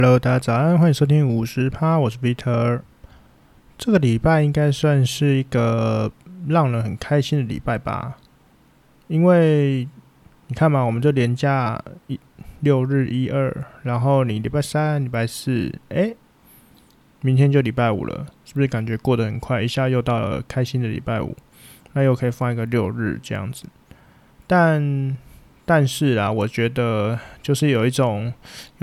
Hello， 大家早安，欢迎收听50%，我是 Peter。这个礼拜应该算是一个让人很开心的礼拜吧，因为你看嘛，我们就连假6日1、2，然后你礼拜3、礼拜4，明天就礼拜5了，是不是感觉过得很快？一下又到了开心的礼拜5，那又可以放一个6日这样子。但是啦，我觉得就是有一种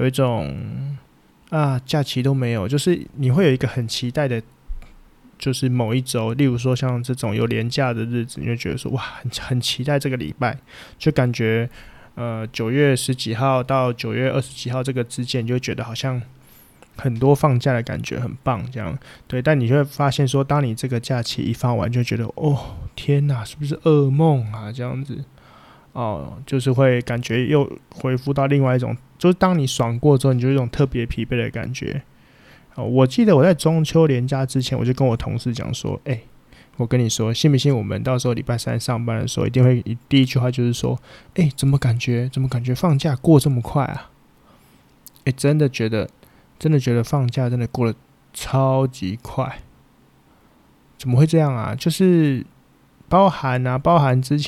假期都没有，就是你会有一个很期待的，就是某一周，例如说像这种有连假的日子，你就觉得说哇，很期待这个礼拜，就感觉9月10几号到9月20几号这个之间，你就会觉得好像很多放假的感觉，很棒这样。对，但你就会发现说，当你这个假期一放完，就觉得哦天哪，是不是噩梦啊这样子？就是会感觉又恢复到另外一种，就是当你爽过之后，你就有一种特别疲惫的感觉。我记得我在中秋连假之前，我就跟我同事讲说，我跟你说，信不信我们到时候礼拜3上班的时候，一定会第一句话就是说，怎么感觉放假过这么快啊？真的觉得放假真的过得超级快，怎么会这样啊？就是包含之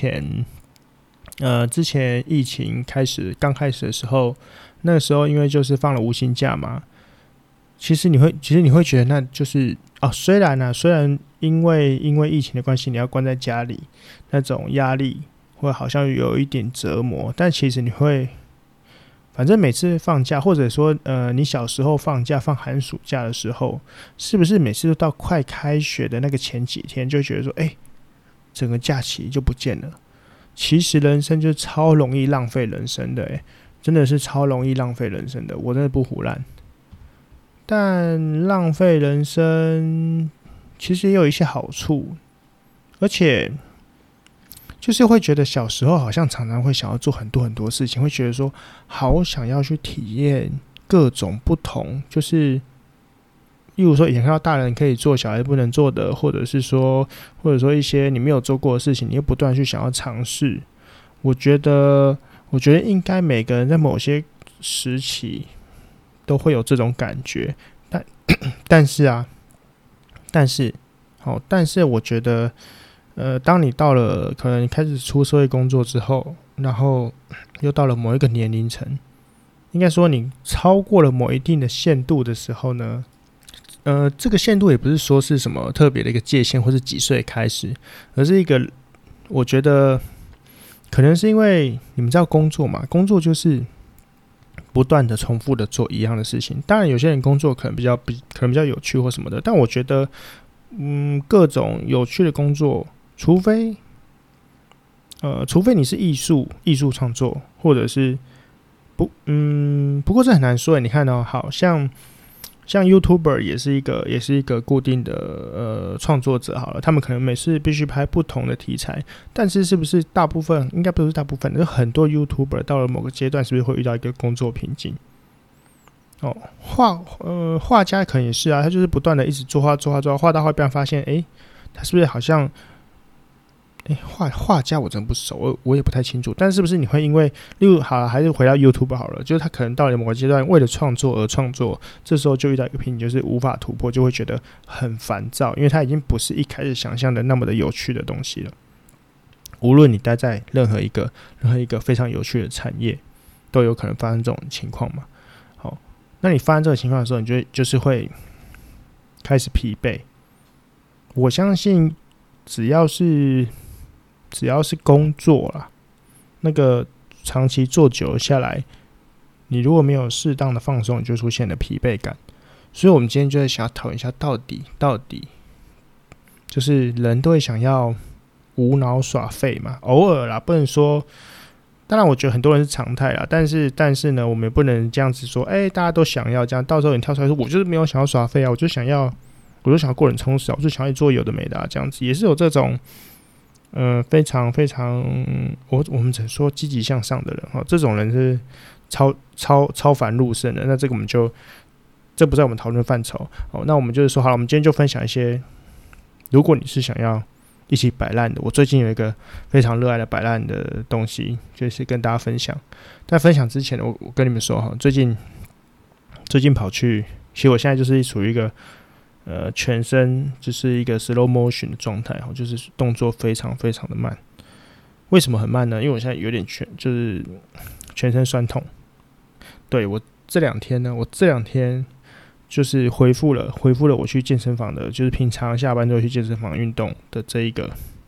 前疫情刚开始的时候，那个时候因为就是放了无薪假嘛，其实你会觉得那就是虽然因为疫情的关系你要关在家里，那种压力会好像有一点折磨，但其实你会反正每次放假，或者说你小时候放假放寒暑假的时候，是不是每次都到快开学的那个前几天就觉得说整个假期就不见了？其实人生就超容易浪费人生的，真的是超容易浪费人生的，我真的不唬烂。但浪费人生其实也有一些好处，而且就是会觉得小时候好像常常会想要做很多事情，会觉得说好想要去体验各种不同，就是例如说以前看到大人可以做小孩不能做的，或者说一些你没有做过的事情，你又不断去想要尝试。我觉得应该每个人在某些时期都会有这种感觉，但是我觉得当你到了可能你开始出社会工作之后，然后又到了某一个年龄层，应该说你超过了某一定的限度的时候呢，这个限度也不是说是什么特别的一个界限，或是几岁开始，而是一个我觉得可能是因为你们知道工作嘛，工作就是不断的重复的做一样的事情。当然有些人工作可能比较有趣或什么的，但我觉得各种有趣的工作，除非你是艺术创作，或者是不过这很难说。你看好像YouTuber 也是一个固定的创作者好了，他们可能每次必须拍不同的题材，但是不是大部分，应该不是大部分，有很多 YouTuber 到了某个阶段，是不是会遇到一个工作瓶颈？画家可能也是啊，他就是不断的一直作画到后边发现，他是不是好像画家我真不熟，我也不太清楚。但是不是你会因为，例如好了，还是回到 YouTube 好了，就是他可能到了某个阶段，为了创作而创作，这时候就遇到一个瓶颈，就是无法突破，就会觉得很烦躁，因为他已经不是一开始想象的那么的有趣的东西了。无论你待在任何一个非常有趣的产业，都有可能发生这种情况嘛。好，那你发生这个情况的时候，你就是会开始疲惫。我相信只要是工作啦，那个长期做久了下来，你如果没有适当的放松，你就出现了疲惫感。所以我们今天就在想要讨论一下，到底就是人都会想要无脑耍废嘛，偶尔啦，不能说。当然，我觉得很多人是常态啦，但是呢，我们也不能这样子说，大家都想要这样，到时候你跳出来说，我就是没有想要耍废啊，我就想要过得很充实啊，我就想要做有的没的啊，这样子也是有这种非常非常我们只能说积极向上的人，这种人是超凡入圣的。那这个这不在我们讨论范畴。那我们就是说好了，我们今天就分享一些，如果你是想要一起摆烂的，我最近有一个非常热爱的摆烂的东西，就是跟大家分享。在分享之前，我跟你们说哈，最近最近跑去，其实我现在就是处于一个全身就是一个 slow motion 的状态，就是动作非常非常的慢。为什么很慢呢？因为我现在有点就是全身酸痛。对，我这两天就是恢复了我去健身房的，就是平常下班都会去健身房运动的这个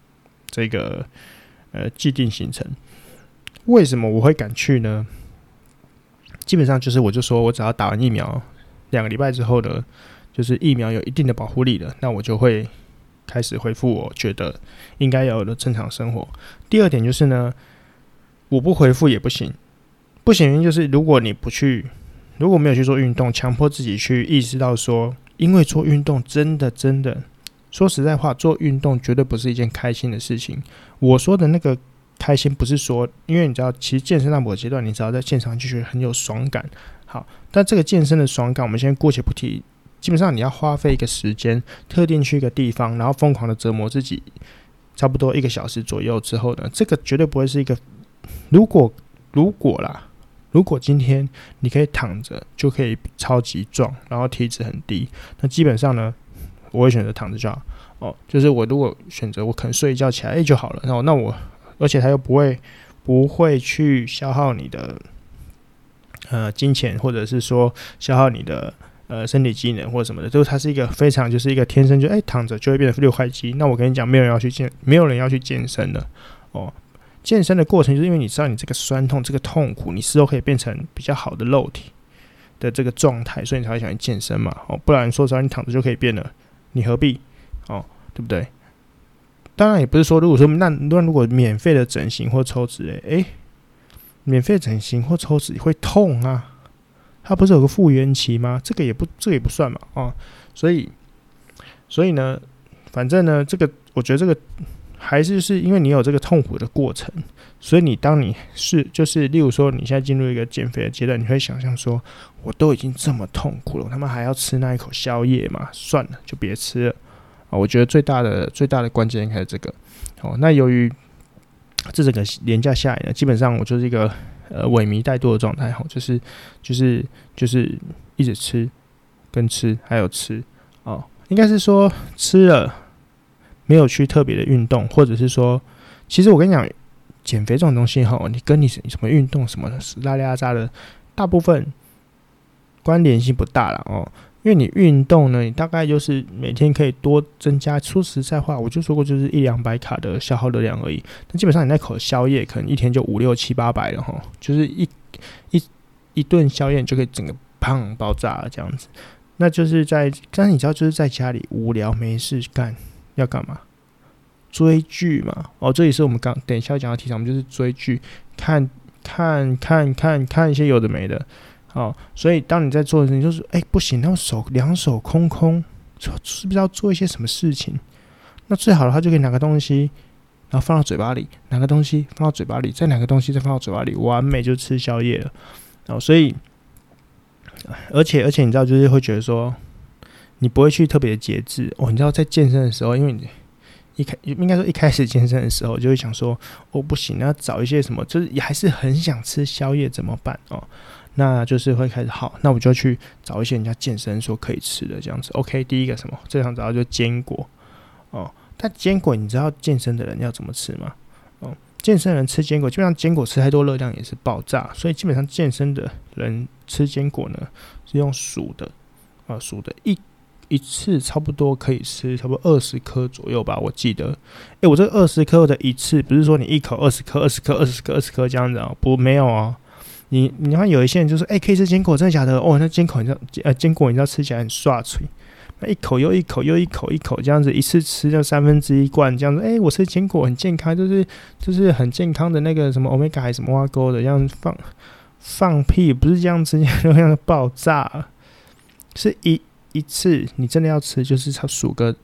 既定行程。为什么我会敢去呢？基本上就是我就说我只要打完疫苗2个礼拜之后呢，就是疫苗有一定的保护力了，那我就会开始恢复我觉得应该要有的正常生活。第二点就是呢，我不恢复也不行，不行原因就是如果没有去做运动，强迫自己去意识到说，因为做运动真的说实在话，做运动绝对不是一件开心的事情。我说的那个开心不是说，因为你知道，其实健身到某个阶段，你只要在现场就觉得很有爽感。好，但这个健身的爽感，我们先姑且不提。基本上你要花费一个时间，特定去一个地方，然后疯狂的折磨自己，差不多1个小时左右之后呢，这个绝对不会是一个。如果今天你可以躺着就可以超级壮，然后体脂很低，那基本上呢，我会选择躺着就好。就是我如果选择我可能睡一觉起来就好了。那我。而且它又不会去消耗你的金钱，或者是说消耗你的身体机能或者什么的，就是它是一个非常就是一个天生就躺着就会变成6块肌。那我跟你讲，没有人要去健身的健身的过程就是因为你知道你这个酸痛这个痛苦，你事后可以变成比较好的肉体的这个状态，所以你才会想去健身嘛。不然说实话你躺着就可以变了，你何必对不对？当然也不是说，如果免费的整形或抽脂，免费整形或抽脂会痛啊，它不是有个复原期吗？这个也不算嘛，所以呢，反正呢，我觉得这个还是就是因为你有这个痛苦的过程，所以当你就是例如说你现在进入一个减肥的阶段，你会想象说，我都已经这么痛苦了，我他妈还要吃那一口宵夜嘛？算了，就别吃了。我觉得最大的关键应该是这个。那由于这整个连假下来呢，基本上我就是一个萎靡怠惰的状态，就是一直吃跟吃还有吃应该是说吃了没有去特别的运动，或者是说，其实我跟你讲，减肥这种东西你跟你什么运动什么拉拉杂的，大部分关联性不大啦因为你运动呢，你大概就是每天可以多增加，说实在话，我就说过就是100-200卡的消耗热量而已。但基本上你那口宵夜可能一天就500-600-700-800了就是一顿宵夜你就可以整个砰爆炸了这样子。那就是但是你知道就是在家里无聊没事干要干嘛？追剧嘛。这也是我们等一下讲到题材，我们就是追剧，看一些有的没的。所以当你在做的时候，你就是不行，那两手空空，是不是要做一些什么事情？那最好的话就可以拿个东西，然后放到嘴巴里，拿个东西放到嘴巴里，再拿个东西再放到嘴巴里，完美就吃宵夜了。所以，而且你知道，就是会觉得说，你不会去特别的节制你知道在健身的时候，因为你应该说一开始健身的时候，就会想说，不行，要找一些什么，就是也还是很想吃宵夜，怎么办那就是会开始好，那我就去找一些人家健身说可以吃的这样子。OK， 第一个什么？最常找到就是坚果但坚果你知道健身的人要怎么吃吗？健身人吃坚果，基本上坚果吃太多热量也是爆炸，所以基本上健身的人吃坚果呢是用数的一次差不多可以吃差不多20颗左右吧，我记得。我这个20颗的一次不是说你一口20颗这样子不没有你看有一些人就说可以吃坚果，真的假的？那坚果你知道吃起来很刷嘴，那一口又一口这样子，一次吃就1/3罐这样子。我吃坚果很健康，就是很健康的那个什么 omega 还是什么挖沟的，这样放屁不是这样吃，这样爆炸。是一次你真的要吃，就是数个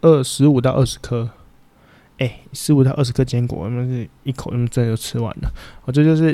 15到20颗，15到20颗坚果，是一口真的就吃完了。这就是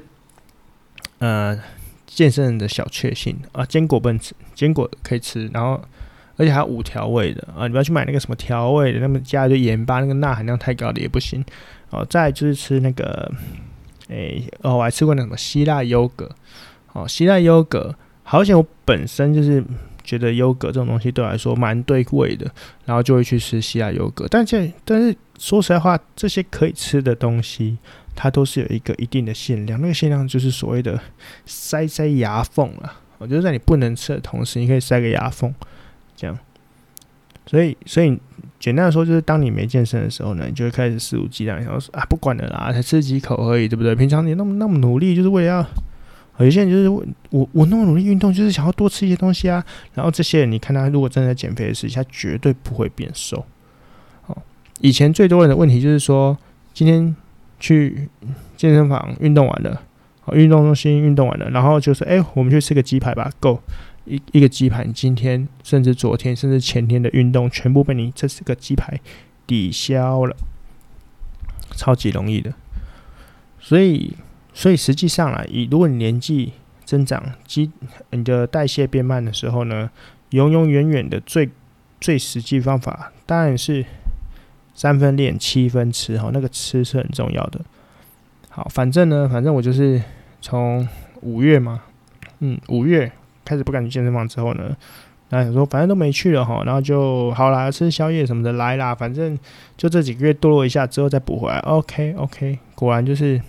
健身人的小确幸坚果不能吃，坚果可以吃，然后而且还有无调味的你不要去买那个什么调味的，那么加一堆盐巴，那个钠含量太高的也不行再来就是吃那个我还吃过那什么希腊优格希腊优格好险我本身就是觉得优格这种东西对我来说蛮对味的，然后就会去吃希腊优格。但是说实在话，这些可以吃的东西，它都是有一个一定的限量，那个限量就是所谓的塞牙缝啦。我觉得在你不能吃的同时，你可以塞个牙缝，这样。所以简单的说，就是当你没健身的时候呢，你就会开始肆无忌惮，然后说啊，不管了啦，才吃几口而已，对不对？平常你那么努力，就是为了要，有些人就是我那么努力运动，就是想要多吃一些东西啊。然后这些人，你看他如果真的在减肥的时期，他绝对不会变瘦。以前最多人的问题就是说，今天去健身房运动完了，运动中心运动完了，然后就说，我们去吃个鸡排吧，够。一个鸡排，你今天甚至昨天甚至前天的运动，全部被你这4个鸡排抵消了，超级容易的。所以实际上啦，如果你年纪增长，你的代谢变慢的时候呢，永远的最实际方法，当然是3分练7分吃，那个吃是很重要的。好，反正我就是从5月嘛，5月开始不敢去健身房之后呢，然后想说反正都没去了然后就好啦，吃宵夜什么的来啦，反正就这几个月堕落一下之后再补回来。OK， 果然就是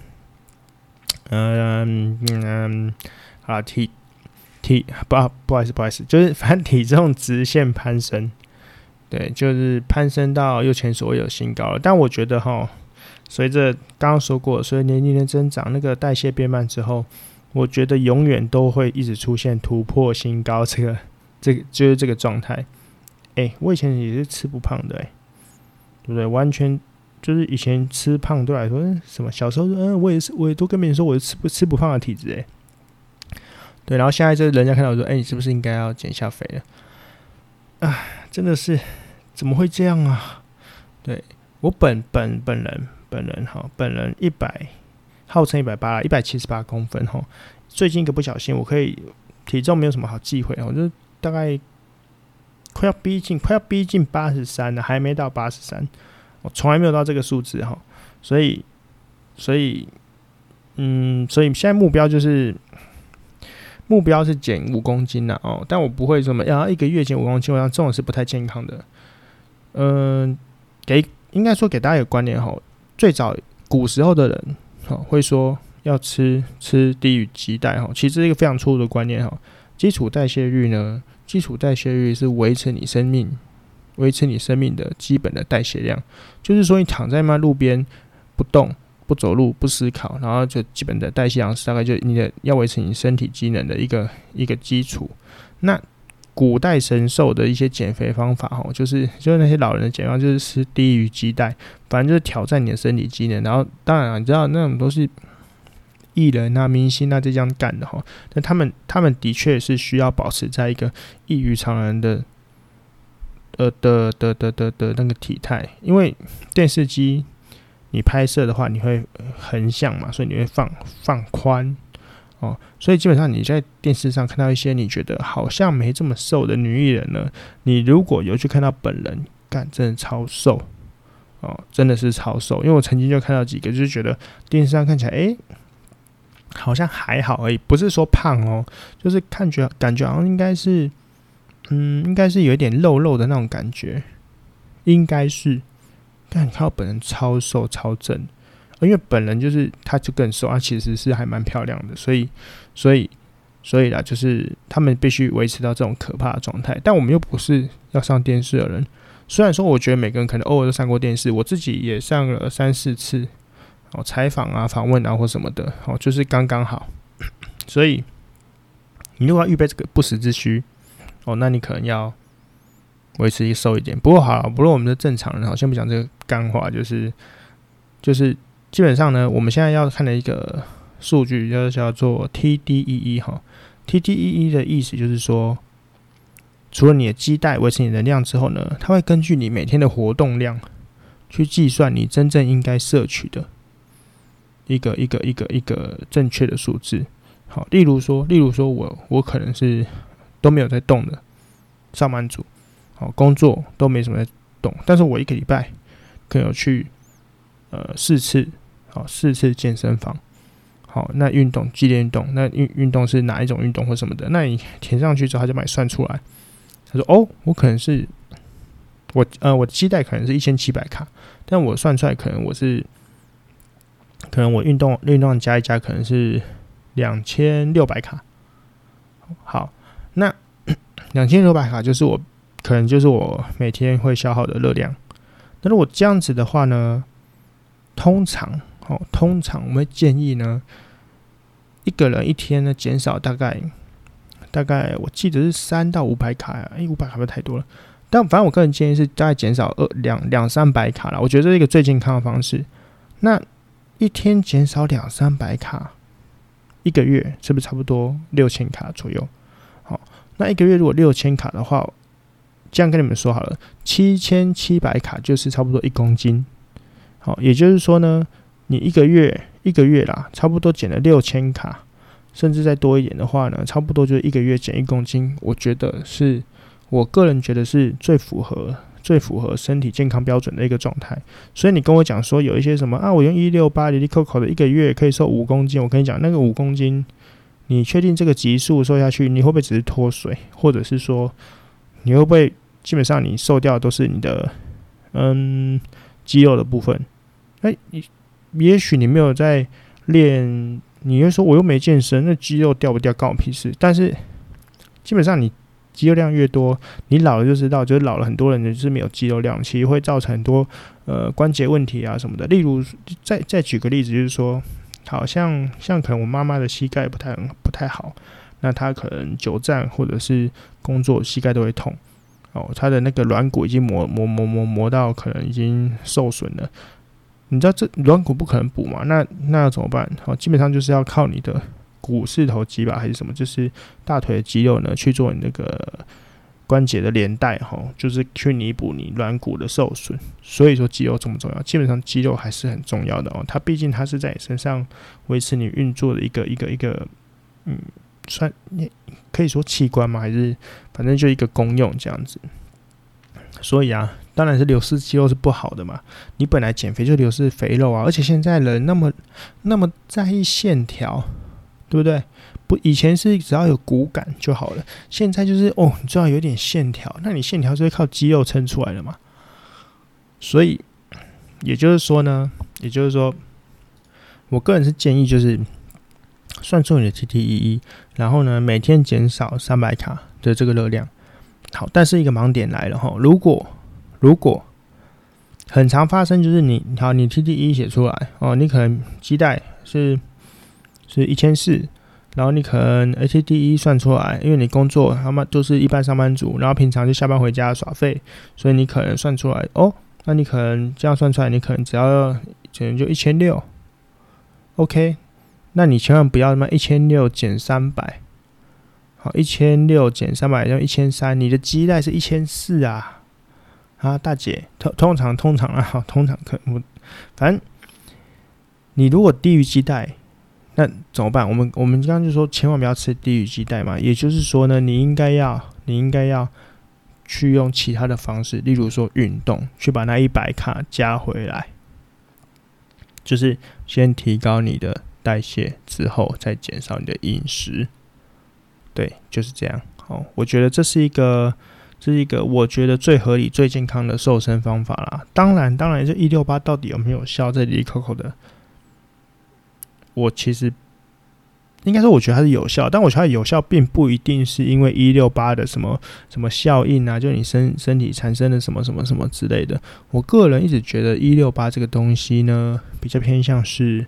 好啦，不好意思，就是反正体重直线攀升，对，就是攀升到又前所未有新高了。但我觉得随着刚刚说过，随着年龄的增长，那个代谢变慢之后，我觉得永远都会一直出现突破新高，这个就是这个状态。我以前也是吃不胖的，对不对？完全就是以前吃胖对我来说，什么小时候我也都跟别人说我是吃不胖的体质，对。然后现在就人家看到我说，你是不是应该要减下肥了？真的是怎么会这样啊？对，我本人号称178公分最近一个不小心，我可以体重没有什么好忌讳，我就大概快要逼近83了，还没到83，我从来没有到这个数字所以现在目标是减5公斤啦但我不会什么一个月减5公斤，我想这种是不太健康的。应该说给大家一个观念最早古时候的人会说要吃低于鸡蛋其实是一个非常错误的观念基础代谢率是维持你生命的基本的代谢量，就是说你躺在路边不动不走路不思考，然后就基本的代谢量大概就你的要维持你身体机能的一个基础。那古代神兽的一些减肥方法就是那些老人的减肥方法就是吃低于鸡蛋，反正就是挑战你的身体机能。然后当然你知道那种都是艺人啊明星啊这样干的但他们的确是需要保持在一个异于常人的那个体态，因为电视机你拍摄的话你会横向嘛，所以你会放宽所以基本上你在电视上看到一些你觉得好像没这么瘦的女艺人呢，你如果有去看到本人，干真的超瘦真的是超瘦。因为我曾经就看到几个，就是觉得电视上看起来好像还好而已，不是说胖就是感觉好像应该是有一点肉肉的那种感觉，应该是。但你看到本人超瘦超正，因为本人就是他就更瘦，他其实是还蛮漂亮的，所以啦，就是他们必须维持到这种可怕的状态。但我们又不是要上电视的人，虽然说我觉得每个人可能偶尔都上过电视，我自己也上了3-4次采访啊访问啊或什么的就是刚刚好。所以你如果要预备这个不时之需那你可能要维持瘦一点。不过好，不论我们的正常人先不讲这个干话，就是基本上呢，我们现在要看的一个数据叫做 TDEE。TDEE 的意思就是说，除了你的基带维持你的能量之后呢，它会根据你每天的活动量去计算你真正应该摄取的一个正确的数字。好，例如说我可能是都没有在动的上班族，工作都没什么在动，但是我一个礼拜可能有去4次健身房。 好，那运动激烈运动，那运动是哪一种运动或什么的？那你填上去之后，他就帮你算出来。他说：“哦，我可能是我的基带可能是1700卡，但我算出来可能我运动加一加可能是2600卡。好，那2600卡就是可能就是我每天会消耗的热量。那如果这样子的话呢，通常我们会建议呢，一个人一天呢减少大概我记得是3到500卡呀，500卡不太多了。但反正我个人建议是大概减少200-300卡啦，我觉得这是一个最健康的方式。那一天减少200-300卡，一个月是不是差不多6000卡左右？好，那一个月如果6000卡的话，这样跟你们说好了，7700卡就是差不多1公斤。好，也就是说呢，你一个月啦，差不多减了6000卡，甚至再多一点的话呢，差不多就是一个月减1公斤。我个人觉得是最符合身体健康标准的一个状态。所以你跟我讲说有一些什么我用168里里扣扣的一个月可以瘦5公斤，我跟你讲那个5公斤，你确定这个级数瘦下去，你会不会只是脱水，或者是说你会不会基本上你瘦掉的都是你的肌肉的部分？也许你没有在练，你会说我又没健身，那肌肉掉不掉关我屁事。但是基本上你肌肉量越多，你老了就知道，就是老了很多人就是没有肌肉量，其实会造成很多关节问题啊什么的。例如再举个例子，就是说，好像可能我妈妈的膝盖不太好，那她可能久站或者是工作膝盖都会痛。她的那个软骨已经磨到可能已经受损了。你知道这软骨不可能补嘛？那要怎么办？基本上就是要靠你的股四头肌吧，还是什么？就是大腿的肌肉呢，去做你那个关节的连带，就是去弥补你软骨的受损。所以说肌肉重不重要？基本上肌肉还是很重要的它毕竟它是在你身上维持你运作的一个算可以说器官吗？还是反正就一个功用这样子。所以当然是流失肌肉是不好的嘛。你本来减肥就流失肥肉而且现在人那么在意线条，对不对？不，以前是只要有骨感就好了，现在就是你最好有点线条，那你线条是会靠肌肉撑出来的嘛。所以也就是说，我个人是建议就是算出你的 TTEE， 然后呢每天减少300卡的这个热量。好，但是一个盲点来了如果很常发生，就是你 TTEE 写出来你可能基带是1400，然后你可能 ATDE 算出来，因为你工作他们都是一般上班族，然后平常就下班回家耍废，所以你可能算出来那你可能这样算出来，你可能可能就1600 ，OK， 那你千万不要1600减300。好，1600减300就1300，你的基带是1400大姐，通常可能反正你如果低于基带，那怎么办？我们刚刚就说千万不要吃低于基带嘛，也就是说呢，你应该要去用其他的方式，例如说运动，去把那100卡加回来，就是先提高你的代谢，之后再减少你的饮食。对，就是这样。我觉得这是一个我觉得最合理、最健康的瘦身方法啦。当然，这168到底有没有效？这里里口口的，我其实应该说，我觉得它是有效，但我觉得它有效并不一定是因为168的什么效应就你身体产生的什么什么什么之类的。我个人一直觉得168这个东西呢，比较偏向是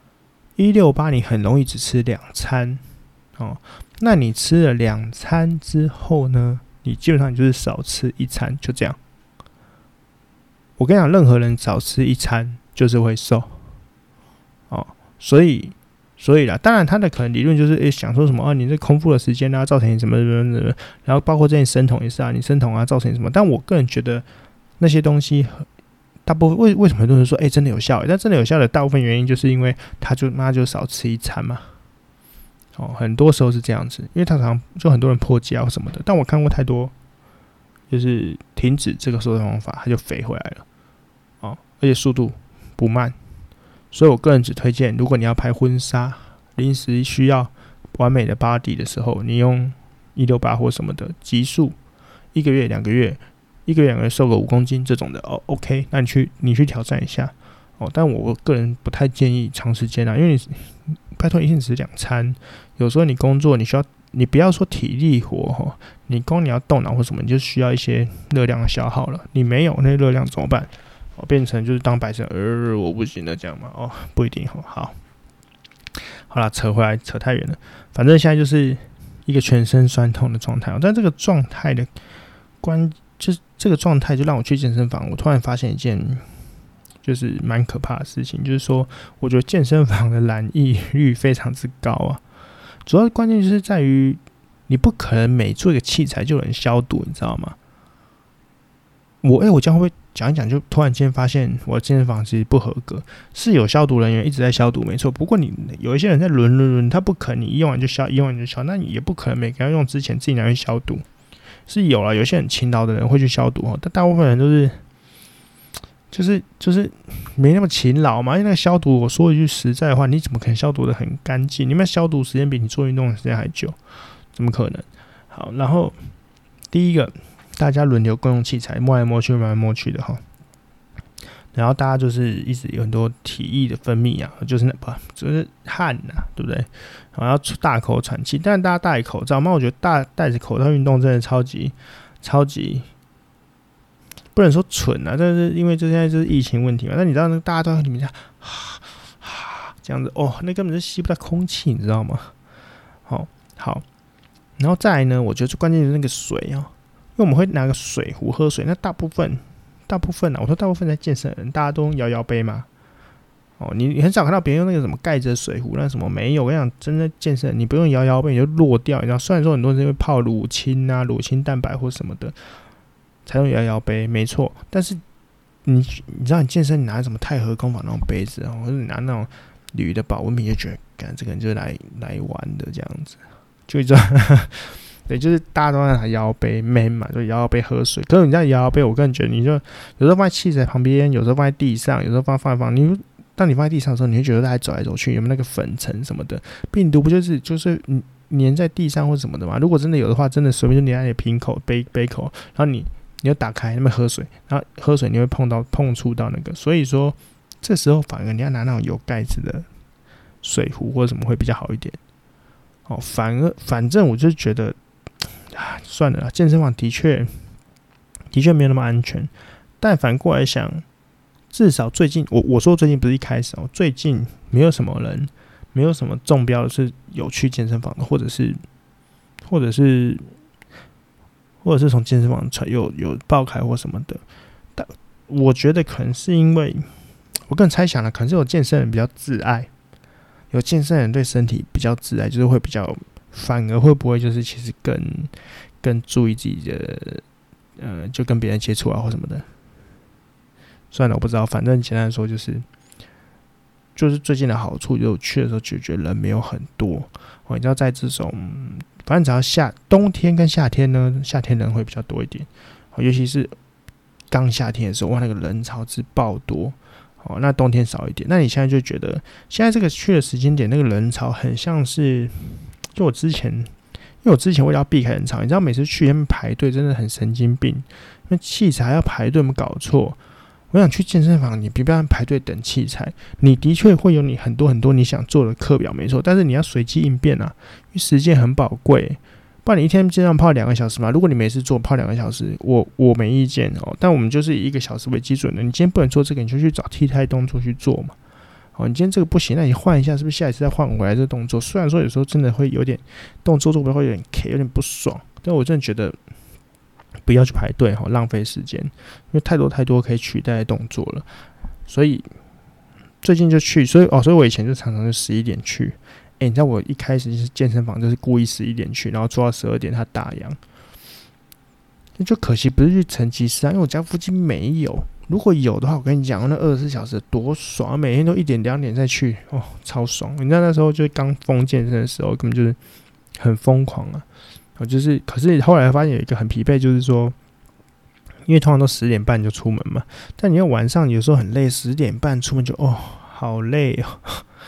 168，你很容易只吃2餐那你吃了2餐之后呢，你基本上就是少吃1餐，就这样。我跟你讲，任何人少吃1餐就是会瘦所以啦，当然他的可能理论就是想说什么你这空腹的时间造成你什么，然后包括这些生酮也是你生酮造成你什么。但我个人觉得那些东西大部分为什么很多人说真的有效？但真的有效的大部分原因就是因为他就少吃1餐嘛。很多时候是这样子，因为他常就很多人破戒或什么的，但我看过太多，就是停止这个瘦身方法，他就肥回来了而且速度不慢。所以我个人只推荐，如果你要拍婚纱临时需要完美的 body 的时候，你用168或什么的级数，1个月2个月，1个月2个月瘦个5公斤这种的，OK， 那你去挑战一下但我个人不太建议长时间因为你拜托一天只吃2餐，有时候你工作你不要说体力活你光你要动脑或什么，你就需要一些热量的消耗了，你没有那热量怎么办？变成就是当白色我不行了这样嘛？不一定好啦，扯回来扯太远了，反正现在就是一个全身酸痛的状态但这个状态的就是这个状态就让我去健身房，我突然发现一件就是蛮可怕的事情，就是说我觉得健身房的染疫率非常之高主要关键就是在于你不可能每做一个器材就有人消毒，你知道吗？我这样会不会讲一讲就突然间发现我的健身房其实不合格，是有消毒人员一直在消毒没错，不过你有一些人在轮，他不可能你一用完就消，那你也不可能每个人用之前自己拿去消毒，是有啦，有些很勤劳的人会去消毒但大部分人都是就是没那么勤劳嘛，因为那个消毒，我说一句实在的话，你怎么可能消毒的很干净？你们消毒时间比你做运动的时间还久，怎么可能？好，然后第一个，大家轮流共用器材，摸来摸去的然后大家就是一直有很多体液的分泌就是汗对不对？然后要大口喘气，但是大家戴口罩，我觉得戴着口罩运动真的超级。不能说蠢但是因为现在就是疫情问题嘛。但你知道大家都在里面这样子那根本就吸不到空气，你知道吗？好，然后再来呢，我觉得最关键的是那个水因为我们会拿个水壶喝水，那大部分我说大部分在健身的人，大家都用摇摇杯嘛。你很少看到别人用那个什么盖着水壶，那什么没有。我跟你讲，真的健身人你不用摇摇杯你就落掉，你知道？虽然说很多人是会泡乳清蛋白或什么的。才用摇摇杯，没错，但是你知道你健身，你拿什么太和工坊那种杯子或者你拿那种铝的保温瓶，就觉得，干这个人就是来玩的这样子，就这样，对，就是大家都在拿摇摇杯 man 嘛，就摇摇杯喝水。可是你在摇摇杯，我个人觉得，你就有时候放在器材旁边，有时候放在地上，有时候放，当你放在地上的时候，你会觉得大家走来走去，有没有那个粉尘什么的？病毒不就是粘在地上或什么的嘛？如果真的有的话，真的随便就粘在你的瓶口、杯口，然后你要打开那边喝水，然后喝水你会碰触到那个，所以说这时候反而你要拿那种有盖子的水壶或者什么会比较好一点。反正我就觉得算了啦，健身房的确没有那么安全。但反过来想，至少最近我说最近不是一开始最近没有什么人，没有什么中标的是有去健身房的，或者是从健身房有爆开或什么的。但我觉得可能是因为我个人猜想了，可能是有健身人比较自爱，有健身人对身体比较自爱，就是会比较，反而会不会就是其实更注意自己的就跟别人接触或什么的。算了，我不知道，反正简单来说就是最近的好处，就是我去的时候就觉得人没有很多你知道在这种反正只要冬天跟夏天呢，夏天人会比较多一点尤其是刚夏天的时候，哇，那个人潮之爆多那冬天少一点。那你现在就觉得现在这个去的时间点，那个人潮很像是，就我之前为了要避开人潮，你知道每次去他们排队真的很神经病，因为器材要排队，有没有搞错？我想去健身房，你不要排队等器材，你的确会有你很多你想做的课表，没错，但是你要随机应变因为时间很宝贵，不然你一天健身房泡2个小时嘛。如果你每次做泡2个小时，我没意见但我们就是以1个小时为基准的。你今天不能做这个，你就去找替代动作去做嘛。你今天这个不行，那你换一下，是不是下一次再换回来这个动作？虽然说有时候真的会有点动作做不到，会有点 K， 有点不爽，但我真的觉得不要去排队浪费时间，因为太多可以取代的动作了。所以最近就去，所以我以前就常常就11点去。你知道我一开始就是健身房就是故意11点去，然后做到12点它打烊，那就可惜不是去成吉思汗，因为我家附近没有。如果有的话，我跟你讲，那24小时多爽，每天都1点2点再去超爽。你知道那时候就刚疯健身的时候，根本就是很疯狂可是后来发现有一个很疲惫，就是说，因为通常都10点半就出门嘛，但你要晚上有时候很累，10点半出门就好累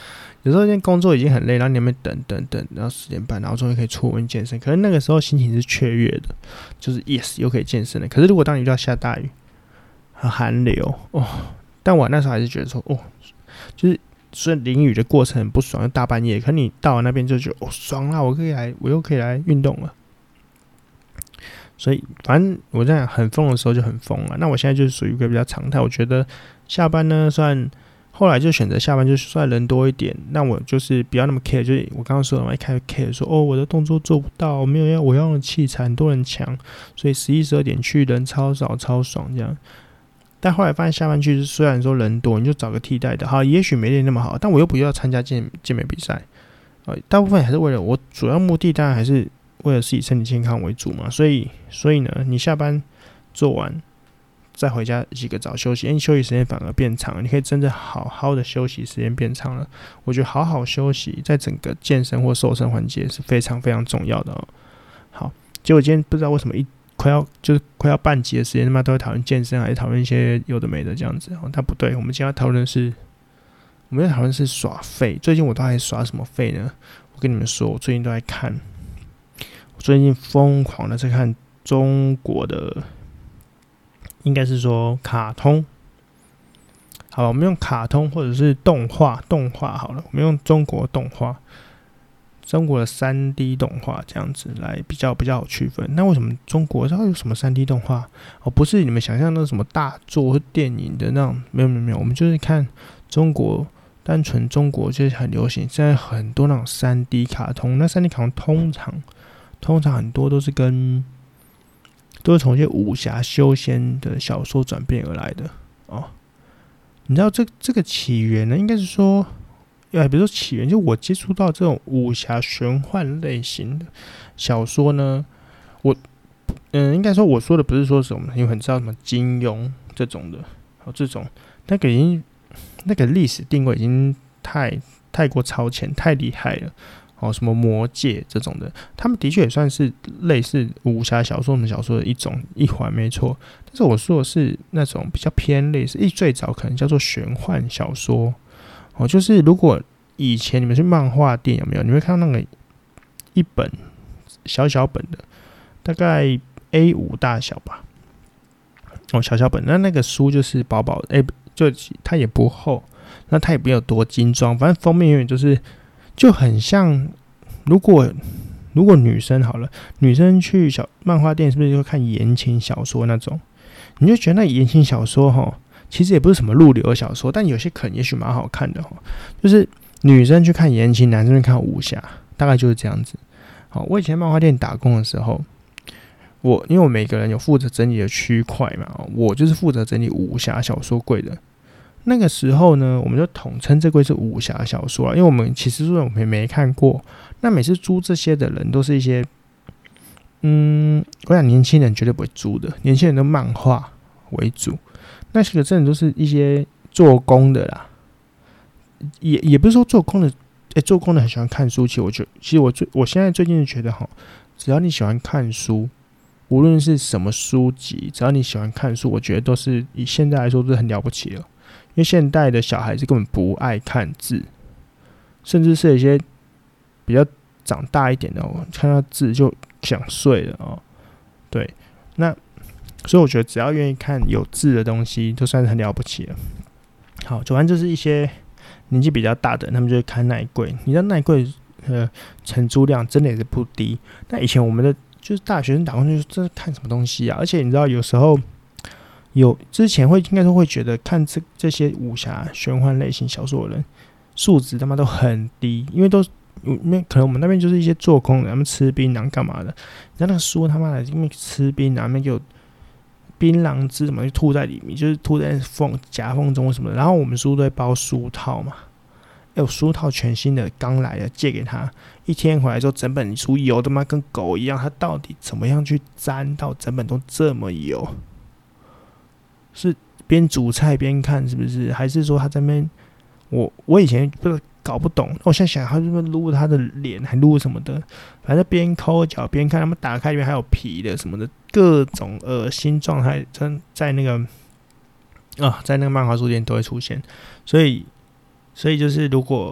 有时候今天工作已经很累，然后你们等，然后10点半，然后终于可以出门健身。可是那个时候心情是雀跃的，就是 yes 又可以健身了。可是如果当你遇到下大雨和寒流但我那时候还是觉得说就是虽然淋雨的过程很不爽，大半夜，可是你到了那边就觉得爽啦，我又可以来运动了。所以反正我这样很疯的时候就很疯了。那我现在就是属于一个比较常态，我觉得下班呢，算后来就选择下班，就是算人多一点，那我就是不要那么 care， 就是我刚刚说的嘛，一开始 care 说我的动作做不到，没有我要用的器材，很多人抢，所以11、12点去人超少超爽这样。但后来发现下班去，虽然说人多，你就找个替代的，好，也许没练那么好，但我又不要参加健美比赛，大部分还是为了我主要目的，当然还是为了自己身体健康为主嘛。所以呢，你下班做完再回家洗个澡休息，你休息时间反而变长，你可以真正好好的休息时间变长了。我觉得好好休息，在整个健身或瘦身环节是非常非常重要的好，结果今天不知道为什么快要半集的时间，他妈都在讨论健身，还是讨论一些有的没的这样子。但不对，我们今天要讨论的是，耍废。最近我都在耍什么废呢？我跟你们说，我最近都在看，我最近疯狂的在看中国的，应该是说卡通。好，我们用卡通或者是动画好了，我们用中国动画。中国的3D 动画这样子来比较好区分。那为什么中国它有什么3D 动画？不是你们想象的什么大作或电影的那种，没有，我们就是看中国，单纯中国就是很流行，现在很多那种3D 卡通。那3D 卡通通常很多都是从一些武侠修仙的小说转变而来的你知道这个起源呢，应该是说。比如说起源，就我接触到这种武侠玄幻类型的小说呢，应该说我说的不是说什么，因为很知道什么金庸这种的，这种那个历史定位已经太过超前，太厉害了什么魔戒这种的，他们的确也算是类似武侠小说的一环没错，但是我说的是那种比较偏类似，最早可能叫做玄幻小说。就是如果以前你们去漫画店有没有？你会看到那个一本小本的，大概 A5 大小吧。小本，那个书就是薄薄的，就它也不厚，那它也没有多精装，反正封面永远就很像。如果女生好了，女生去漫画店是不是就看言情小说那种？你就觉得那言情小说其实也不是什么入流的小说，但有些可能也许蛮好看的就是女生去看言情，男生去看武侠，大概就是这样子。我以前漫画店打工的时候，因为我每个人有负责整理的区块嘛，我就是负责整理武侠小说柜的。那个时候呢，我们就统称这柜是武侠小说因为我们其实我们没看过。那每次租这些的人都是一些，我想年轻人绝对不会租的，年轻人都漫画为主。那些个真的都是一些做工的啦，也不是说做工的，做工的很喜欢看书。其实我现在最近觉得只要你喜欢看书，无论是什么书籍，只要你喜欢看书，我觉得都是以现在来说都是很了不起了。因为现代的小孩子根本不爱看字，甚至是一些比较长大一点的看到字就想睡了对，那。所以我觉得只要愿意看有字的东西，都算是很了不起了。好，反正就是一些年纪比较大的人，他们就会看那一柜。你知道那一柜承租量真的也是不低。那以前我们的就是大学生打工就是这看什么东西啊？而且你知道有时候之前应该说会觉得看这些武侠玄幻类型小说的人素质他妈都很低，因为可能我们那边就是一些做工的，他们吃槟榔干嘛的？你知道那个书他妈的因为吃槟榔，那边有槟榔汁什么就吐在里面，就是吐在夹缝中什么的。然后我们书都会包书套嘛，有书套全新的刚来的借给他，一天回来之后整本书油他妈跟狗一样，他到底怎么样去沾到整本都这么油？是边煮菜边看是不是？还是说他在那边？我以前搞不懂，我现在想他是不是撸他的脸，还撸什么的？反正边抠脚边看，他们打开里面还有皮的什么的，各种恶心状态，在那个在那个漫画书店都会出现。所以就是如果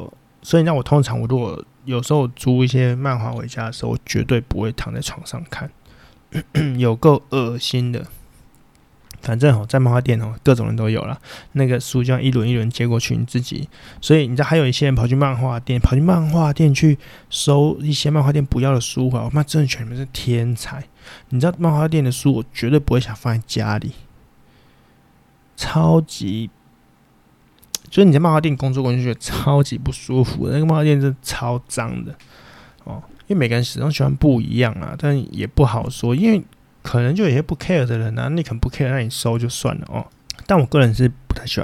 所以那我通常如果有时候租一些漫画回家的时候，我绝对不会躺在床上看，有够恶心的。反正在漫画店各种人都有啦，那个书这样一轮一轮接过去，你自己，所以你知道还有一些人跑去漫画店去收一些漫画店不要的书回来，我妈真的觉得你们是天才。你知道漫画店的书我绝对不会想放在家里，超级，就是你在漫画店工作过就觉得超级不舒服的，那个漫画店真的超脏的哦，因为每个人使用习惯不一样啊，但也不好说，因为可能就有些不 care 的人啊，你可能不 care， 那你收就算了哦。但我个人是不太喜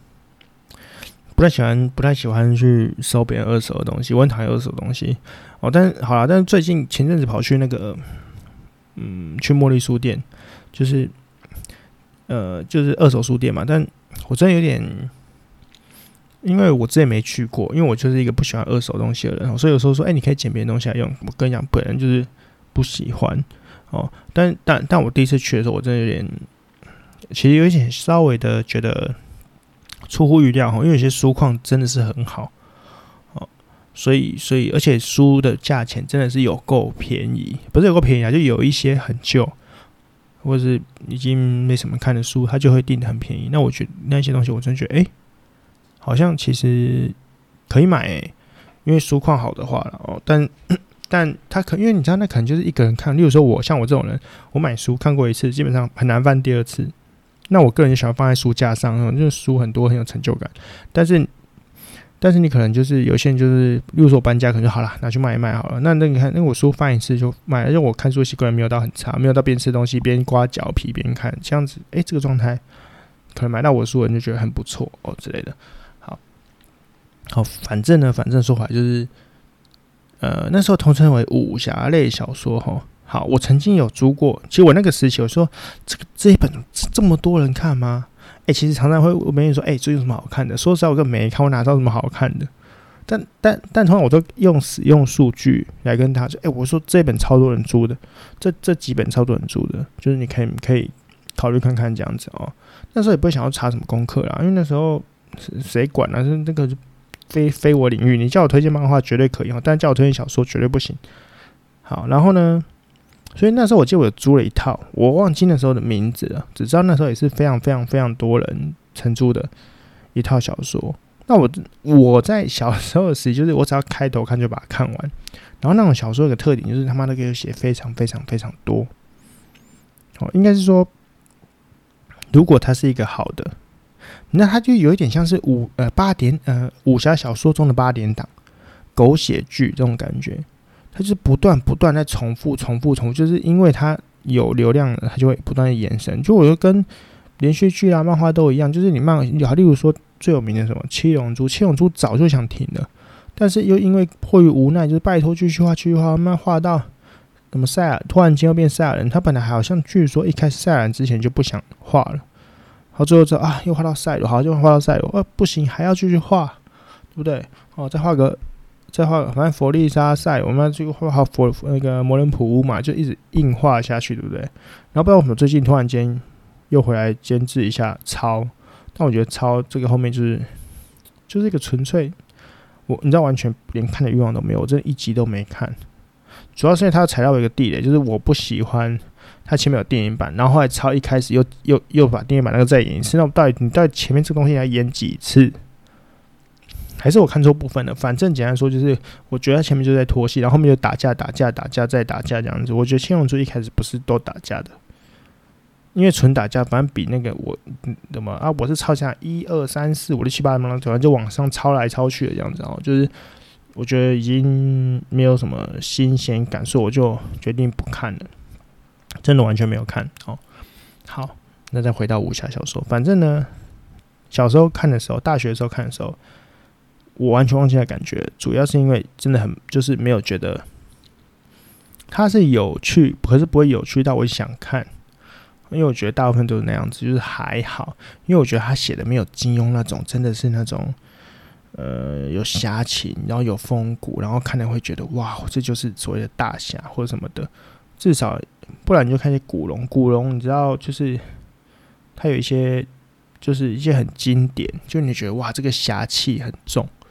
欢去收别人二手的东西，我很讨厌二手的东西哦。但是好啦，但是最近前阵子跑去那个去茉莉书店，就是二手书店嘛，但我真的有点。因为我之前没去过，因为我就是一个不喜欢二手东西的人，所以有时候说，你可以捡别人东西来用。我跟你讲，本人就是不喜欢哦。但我第一次去的时候，我真的有点，其实有一点稍微的觉得出乎预料，因为有些书况真的是很好哦，所以而且书的价钱真的是有够便宜，不是有够便宜啊，就有一些很旧或者是已经没什么看的书，它就会定得很便宜。那我觉得那些东西，我真的觉得好像其实可以买因为书况好的话啦哦，但他因为你知道那可能就是一个人看，例如说像我这种人，我买书看过一次，基本上很难翻第二次。那我个人就喜欢放在书架上，就是书很多很有成就感。但是你可能就是有些人就是，例如说我搬家可能就好了，拿去卖一卖好了。那你看，那我书翻一次就卖了，因为我看书习惯没有到很差，没有到边吃东西边刮脚皮边看这样子，这个状态可能买到我的书人就觉得很不错哦之类的。好，反正说回来就是，那时候统称为武侠类小说哈。好，我曾经有租过，其实我那个时期我说这一本这么多人看吗？其实常常会没人说，这有什么好看的？说实在，我根本没看，我哪知道什么好看的？但通常我都用使用数据来跟他说，我说这本超多人租的，这几本超多人租的，就是你可以考虑看看这样子哦。那时候也不会想要查什么功课啦，因为那时候谁管啊？是那个。非我领域，你叫我推荐漫画绝对可以，但叫我推荐小说绝对不行。好，然后呢，所以那时候我记得我租了一套，我忘记那时候的名字了，只知道那时候也是非常非常非常多人承租的一套小说。那我在小时候的时期，就是我只要开头看就把它看完。然后那种小说有个特点就是他妈的可以写非常非常非常多。应该是说，如果它是一个好的。那它就有一点像是武侠小说中的8点档狗血剧这种感觉，它就是不断在重复，就是因为它有流量了，它就会不断的延伸。就我觉得跟连续剧啊、漫画都一样，就是你例如说最有名的什么七龙珠早就想停了，但是又因为迫于无奈，就是拜托继续画，慢慢画到什么赛亚，突然间又变赛亚人。他本来好像据说一开始赛亚人之前就不想画了。然后最后又画到赛罗，好，就画到赛罗，不行，还要继续画，对不对？再画个，反正佛利萨赛，我们要去画那个摩伦普乌嘛，就一直硬画下去，对不对？然后不知道为什么最近突然间又回来监制一下抄，但我觉得抄这个后面就是一个纯粹，你知道完全连看的欲望都没有，我真的一集都没看，主要是因为他踩到一个地雷，就是我不喜欢。他前面有电影版，然后后来超一开始又把电影版那个再演一次，那你到底前面这个东西来演几次？还是我看错部分了？反正简单说就是，我觉得他前面就在拖戏，然后后面就打架再打架这样子。我觉得《七龙珠》一开始不是都打架的，因为纯打架，反正比那个我是抄下1、2、3、4、5、6、7、8，反正就往上抄来抄去的这样子哦，就是我觉得已经没有什么新鲜感，所以我就决定不看了。真的完全没有看哦。好，那再回到武侠小说，反正呢，小时候看的时候，大学的时候看的时候，我完全忘记了感觉，主要是因为真的就是没有觉得它是有趣，可是不会有趣到我想看，因为我觉得大部分都是那样子，就是还好，因为我觉得他写的没有金庸那种，真的是那种有侠情，然后有风骨，然后看了会觉得哇，这就是所谓的大侠或者什么的，至少。不然你就看一些古龙，你知道，就是它有一些，就是一些很经典，就你觉得哇，这个侠气很重，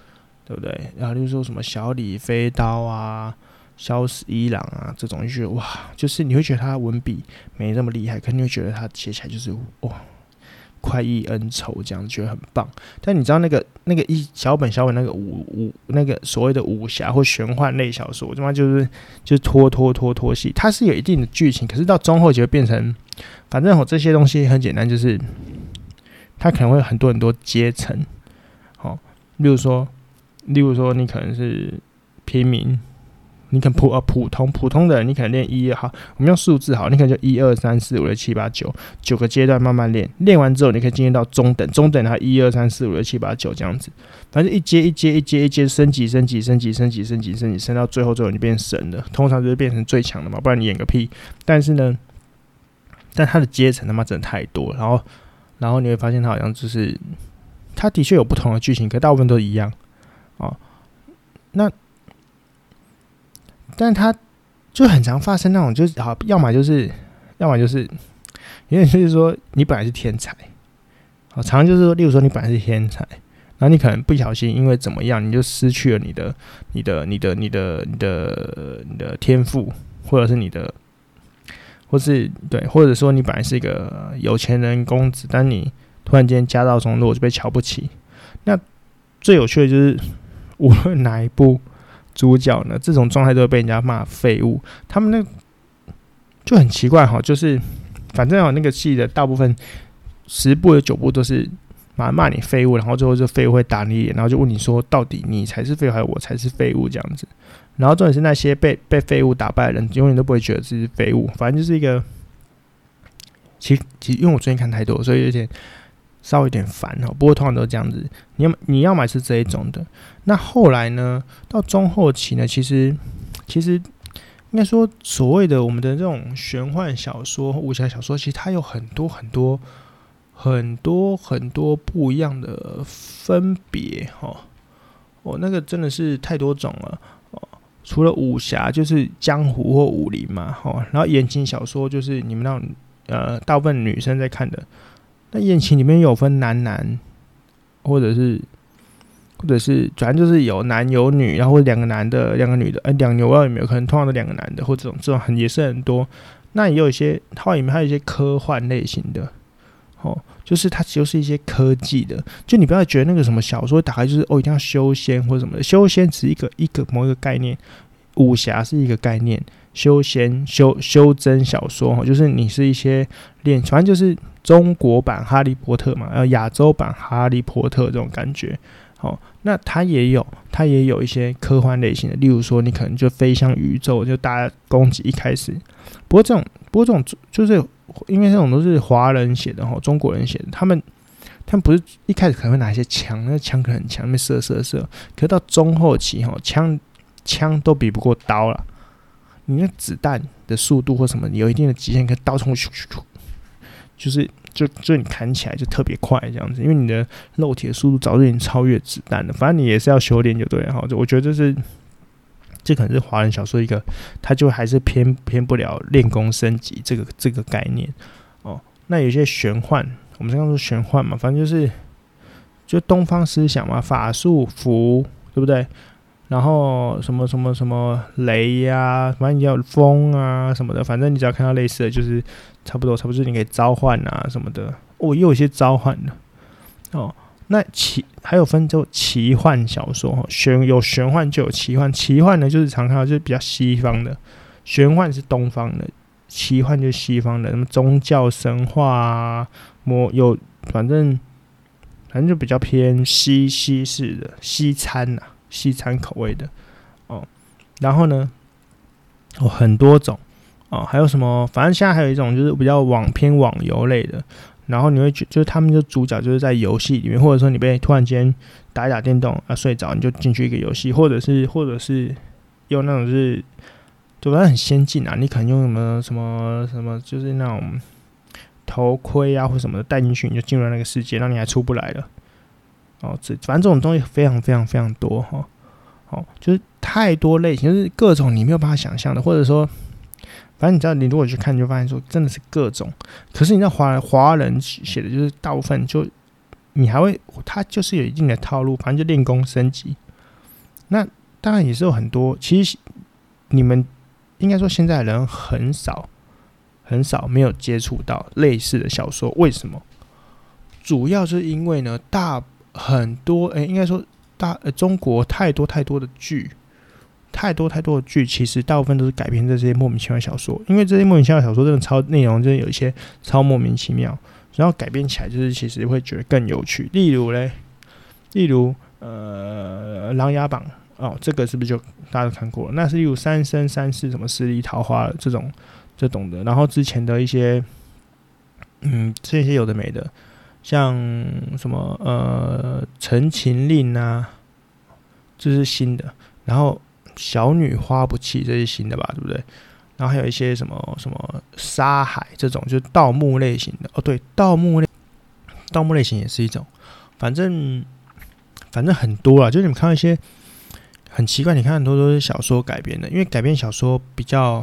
对不对？然后例如说什么小李飞刀啊、萧死伊朗啊这种，就觉得哇，就是你会觉得他文笔没那么厉害，可你会觉得他写起来就是哇，快意恩仇这样子，觉得很棒。但你知道那个一小本那个那个所谓的武侠或玄幻类小说，他妈就是拖戏，它是有一定的剧情，可是到中后期会变成，反正这些东西很简单，就是它可能会有很多阶层，例如说你可能是平民。你可能普通的人，你可能练1、2，好，我们用数字好，你可能就1、2、3、4、5、6、7、8、9个阶段慢慢练，练完之后你可以进入到中等还1、2、3、4、5、6、7、8、9这样子，反正一阶升级，升到最后你变神了，通常就是变成最强的嘛，不然你演个屁。但是呢，他的阶层他妈真的太多了，然后你会发现他好像就是他的确有不同的剧情，可大部分都一样但他就很常发生那种，就是好，要么就是有点就是说你本来是天才，好，常常就是说，例如说你本来是天才，然后你可能不小心因为怎么样，你就失去了你的天赋，或者是或者说你本来是一个有钱人公子，但你突然间家道中落就被瞧不起。那最有趣的就是无论哪一部主角呢，这种状态都会被人家骂废物。他们那就很奇怪就是反正那个戏的大部分10部有9部都是骂你废物，然后最后就废物会打你脸，然后就问你说到底你才是废物还是我才是废物这样子。然后重点是那些被废物打败的人永远都不会觉得自己是废物，反正就是一个其实因为我最近看太多，所以有点稍微有点烦不过通常都是这样子，你要买是这一种的。那后来呢，到中后期呢，其实应该说所谓的我们的这种玄幻小说、武侠小说，其实它有很多不一样的分别那个真的是太多种了除了武侠就是江湖或武林嘛然后言情小说就是你们那种大部分女生在看的。那言情里面有分男，或者是反正就是有男有女，然后2个男的2个女的，2牛有没有可能通常都2个男的，或者这种也是很多。那也有一些它里面还有一些科幻类型的就是它就是一些科技的，就你不要觉得那个什么小说打开就是一定要修仙或什么的，修仙只是一个某一个概念，武侠是一个概念，修仙修真小说就是你是一些反正就是中国版哈利波特嘛，亚洲版哈利波特这种感觉那它也有一些科幻类型的，例如说你可能就飞向宇宙，就大家攻击一开始。不过这种就是因为这种都是华人写的中国人写的，他们不是一开始可能会拿一些枪，那枪可能很强，那射，可是到中后期枪都比不过刀了。你那子弹的速度或什么，你有一定的极限，可以刀冲就你砍起来就特别快这样子，因为你的肉体的速度早就已经超越子弹了。反正你也是要修炼就对了我觉得这可能是华人小说一个，他就还是偏不了练功升级这个概念那有些玄幻，我们刚刚说玄幻嘛，反正就东方思想嘛，法术符，对不对？然后什么雷反正要风什么的，反正你只要看到类似的，就是差不多就是你可以召唤什么的也有一些召唤的那还有分就奇幻小说有玄幻就有奇幻，奇幻呢就是常看到就是比较西方的，玄幻是东方的，奇幻就是西方的，什么宗教神话反正就比较偏西式的西餐口味的然后呢很多种还有什么，反正现在还有一种就是比较偏网游类的，然后你会就是他们就主角就是在游戏里面，或者说你被突然间打一打电动睡着，你就进去一个游戏，或者是用那种就是就反正很先进你可能用什么就是那种头盔或什么的戴进去，你就进入那个世界，让你还出不来了反正这种东西非常非常非常多就是太多类型，就是各种你没有办法想象的，或者说反正你知道，你如果去看，你就发现说真的是各种。可是你知道华人写的就是大部分就你还会，他就是有一定的套路，反正就练功升级那当然也是有很多，其实你们应该说现在的人很少没有接触到类似的小说，为什么？主要是因为呢，很多应该说中国太多的剧。太多的剧，其实大部分都是改编这些莫名其妙的小说，因为这些莫名其妙的小说真的内容真的有一些超莫名其妙，然后改编起来就是其实会觉得更有趣。例如琅琊榜哦，这个是不是就大家都看过了？那是例如三生三世什么十里桃花这种的，然后之前的一些这些有的没的，像什么陈情令啊，这是新的，然后小女花不弃这是新的吧，对不对？然后还有一些什么沙海这种，就是盗墓类型的哦，对，盗墓类型也是一种，反正很多啦，就是你们看到一些很奇怪，你看很多都是小说改编的，因为改编小说比较，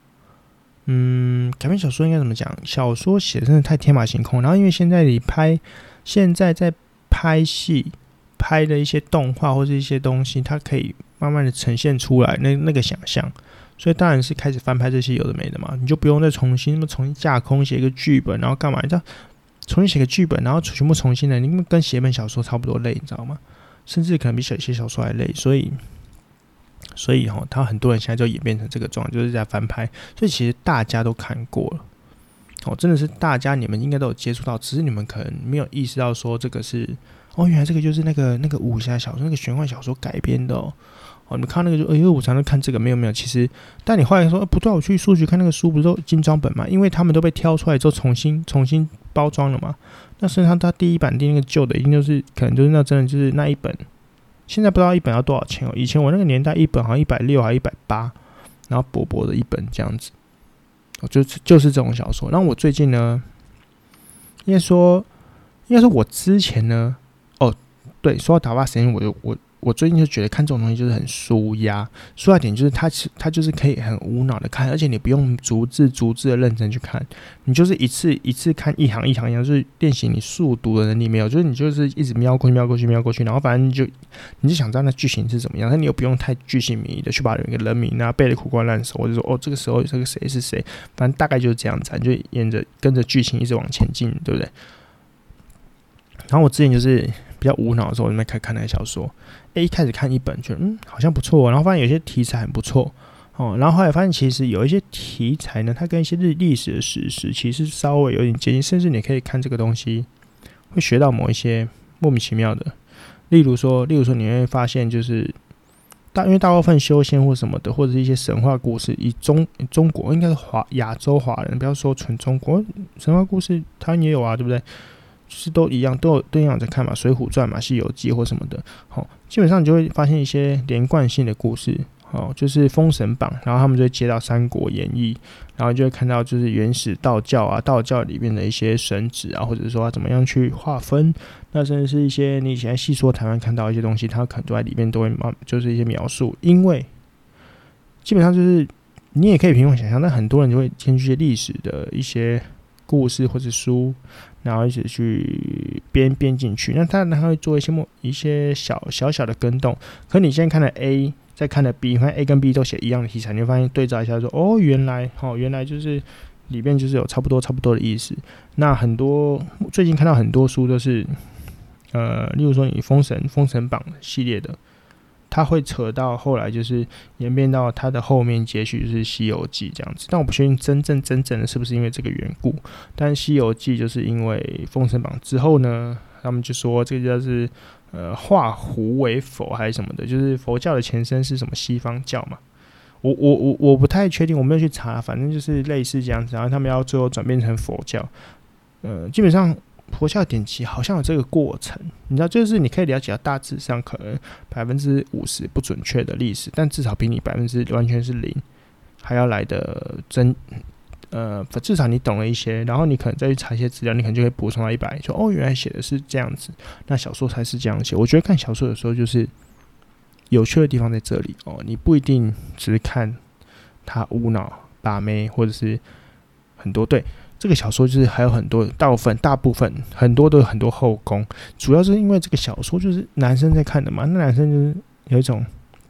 改编小说应该怎么讲？小说写的真的太天马行空，然后因为现在在拍戏拍的一些动画或是一些东西，它可以慢慢的呈现出来那个想象，所以当然是开始翻拍这些有的没的嘛，你就不用再重新架空写一个剧本，然后干嘛？你知道，重新写个剧本，然后全部重新的，你跟写本小说差不多累，你知道吗？甚至可能比写小说还累，所以他很多人现在就演变成这个状态，就是在翻拍，所以其实大家都看过了，真的是大家你们应该都有接触到，只是你们可能没有意识到说这个是原来这个就是那个武侠小说那个玄幻小说改编的你们看那个就因为我常常看这个没有，其实但你后来说不对，我去书局看那个书不是都精装本嘛？因为他们都被挑出来之后重新包装了嘛。那实际上他第一版那个旧的一定就是可能就是那真的就是那一本，现在不知道一本要多少钱以前我那个年代一本好像160还180，然后薄薄的一本这样子，就是这种小说。然后我最近呢，应该说我之前呢，对，说到打发时间，我最近就觉得看这种东西就是很舒压，舒压点就是它就是可以很无脑的看，而且你不用逐字的认真去看，你就是一次看一行，就是练习你速读的能力没有，就是你就是一直瞄过去，然后反正你就想知道那剧情是怎么样，但你又不用太巨细靡遗的去把人名啊背得苦瓜烂熟，或者说这个时候这个谁是谁，反正大概就是这样子，你就跟着剧情一直往前进，对不对？然后我之前就是比较无脑的时候，我就开始看那个小说。一开始看一本，觉得好像不错，然后发现有些题材很不错然后后来发现其实有一些题材呢，它跟一些历史的史实其实稍微有点接近，甚至你可以看这个东西会学到某一些莫名其妙的，例如说你会发现就是因为大部分修仙或什么的，或者是一些神话故事，以中国应该是亚洲华人，不要说纯中国神话故事，台湾也有啊，对不对？就是都一样，都一样在看嘛，《水浒传》嘛，《西游记》或什么的，基本上你就会发现一些连贯性的故事，就是《封神榜》，然后他们就会接到《三国演义》，然后就会看到就是原始道教啊，道教里面的一些神旨啊，或者说怎么样去划分，那甚至是一些你以前细说台湾看到一些东西，它可能都在里面都会就是一些描述，因为基本上就是你也可以凭空想象，但很多人就会根据一些历史的一些故事或者书，然后一起去编进去。那他会做一些小的更动。可你现在看了 A， 再看了 B， 发现 A 跟 B 都写一样的题材，你会发现对照一下说，原来就是里面就是有差不多的意思。那很多最近看到很多书都是，例如说你封神榜系列的。它会扯到后来，就是演变到它的后面结局就是《西游记》这样子，但我不确定真正的是不是因为这个缘故。但《西游记》就是因为《封神榜》之后呢，他们就说这个就是化胡为佛还是什么的，就是佛教的前身是什么西方教嘛。我不太确定，我没有去查，反正就是类似这样子。然后他们要最后转变成佛教，基本上。佛教典籍好像有这个过程，你知道，就是你可以了解到大致上可能50%不准确的历史，但至少比你50%完全是0还要来的真。至少你懂了一些，然后你可能再去查一些资料，你可能就会补充到100，说原来写的是这样子，那小说才是这样写。我觉得看小说有时候就是有趣的地方在这里你不一定只是看他无脑把妹，或者是很多对。这个小说就是还有很多大部分很多都有很多后宫，主要是因为这个小说就是男生在看的嘛，那男生就是有一种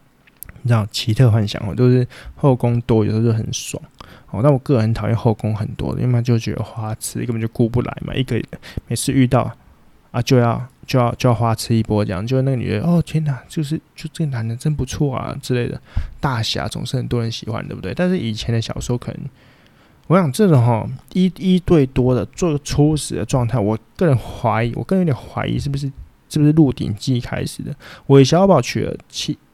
你知道奇特幻想都是后宫多，有时候就很爽但我个人很讨厌后宫很多的，因为他就觉得花痴，根本就顾不来嘛，一个每次遇到就要花痴一波这样，就那个女的天哪，就这个男的真不错啊之类的，大侠总是很多人喜欢，对不对？但是以前的小说可能，我想这种一对多的做初始的状态，我个人有点怀疑是不是《鹿鼎记》开始的。韦小宝娶了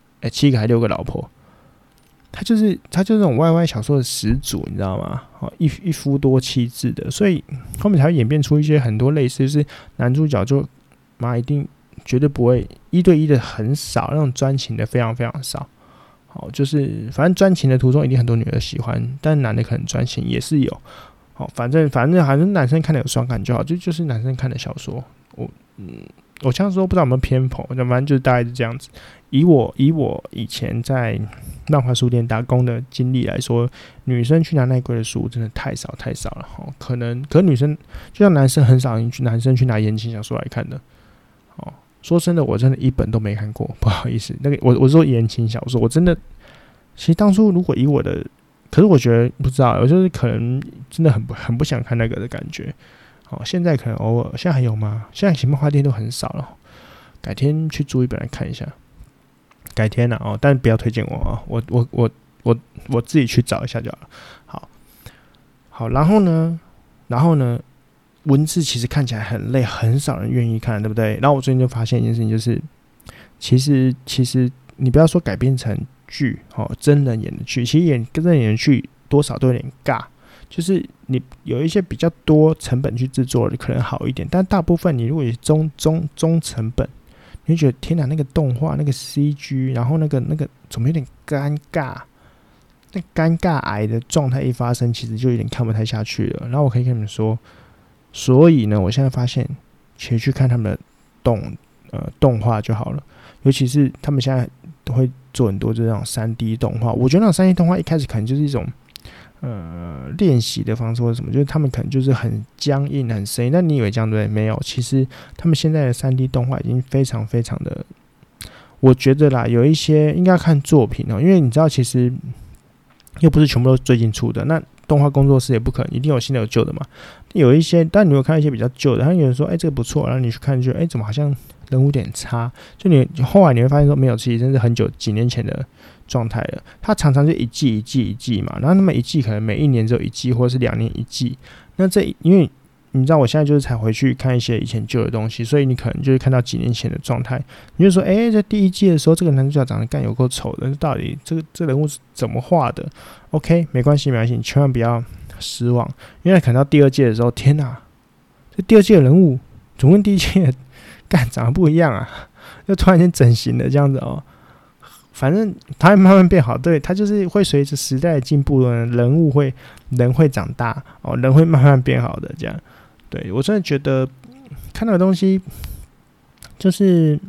7个还6个老婆，他就是这种 YY 小说的始祖，你知道吗？一夫多妻制的，所以后面才会演变出一些很多类似，就是男主角就一定绝对不会1对1的很少，那种专情的非常非常少。就是反正专情的途中一定很多女的喜欢，但男的可能专情也是有。反正男生看的有爽感就好，就是男生看的小说。我这样说不知道有没有偏颇，反正就是大概是这样子。以我以前在漫画书店打工的经历来说，女生去拿那一柜的书真的太少了。可女生就像男生很少男生去拿言情小说来看的。说真的，我真的一本都没看过，不好意思。那个我说言情小说，我真的其实当初如果以我的，可是我觉得不知道，我就是可能真的很不想看那个的感觉。现在可能偶尔，现在还有吗？现在漫画店都很少了，改天去租一本来看一下。改天但不要推荐我我自己去找一下就好了。好，然后呢，文字其实看起来很累，很少人愿意看，对不对？然后我最近就发现一件事情，就是其实你不要说改编成剧，真人演的剧，其实真人演的剧多少都有点尬。就是你有一些比较多成本去制作的可能好一点，但大部分你如果是中成本，你会觉得天哪，那个动画那个 CG， 然后那个怎么有点尴尬，那尴尬癌的状态一发生，其实就有点看不太下去了。然后我可以跟你们说，所以呢，我现在发现其实去看他们的动画就好了，尤其是他们现在都会做很多这种 3D 动画，我觉得那种 3D 动画一开始可能就是一种练习的方式或者什么，就是他们可能就是很僵硬很生硬，但你以为这样对不对？没有，其实他们现在的 3D 动画已经非常非常的，我觉得啦，有一些应该看作品因为你知道其实又不是全部都最近出的，那动画工作室也不可能一定有新的有旧的嘛，有一些，但你会看一些比较旧的，然后有人说这个不错，然后你去看就怎么好像人物有点差，就你后来你会发现说没有，其实真是很久几年前的状态了。它常常就一季嘛，然后那么一季可能每1年只有1季，或者是2年1季。那因为你知道我现在就是才回去看一些以前旧的东西，所以你可能就会看到几年前的状态，你就说在第1季的时候这个男主角长得有够丑的，到底这人物是怎么画的 ？OK， 没关系，你千万不要失望，因为可能到第2季的时候，天哪，这第2季的人物总跟第1季的长得不一样啊，就突然间整形了这样子反正他会慢慢变好，对，他就是会随着时代的进步呢，人会长大人会慢慢变好的这样。对，我真的觉得看到的东西就是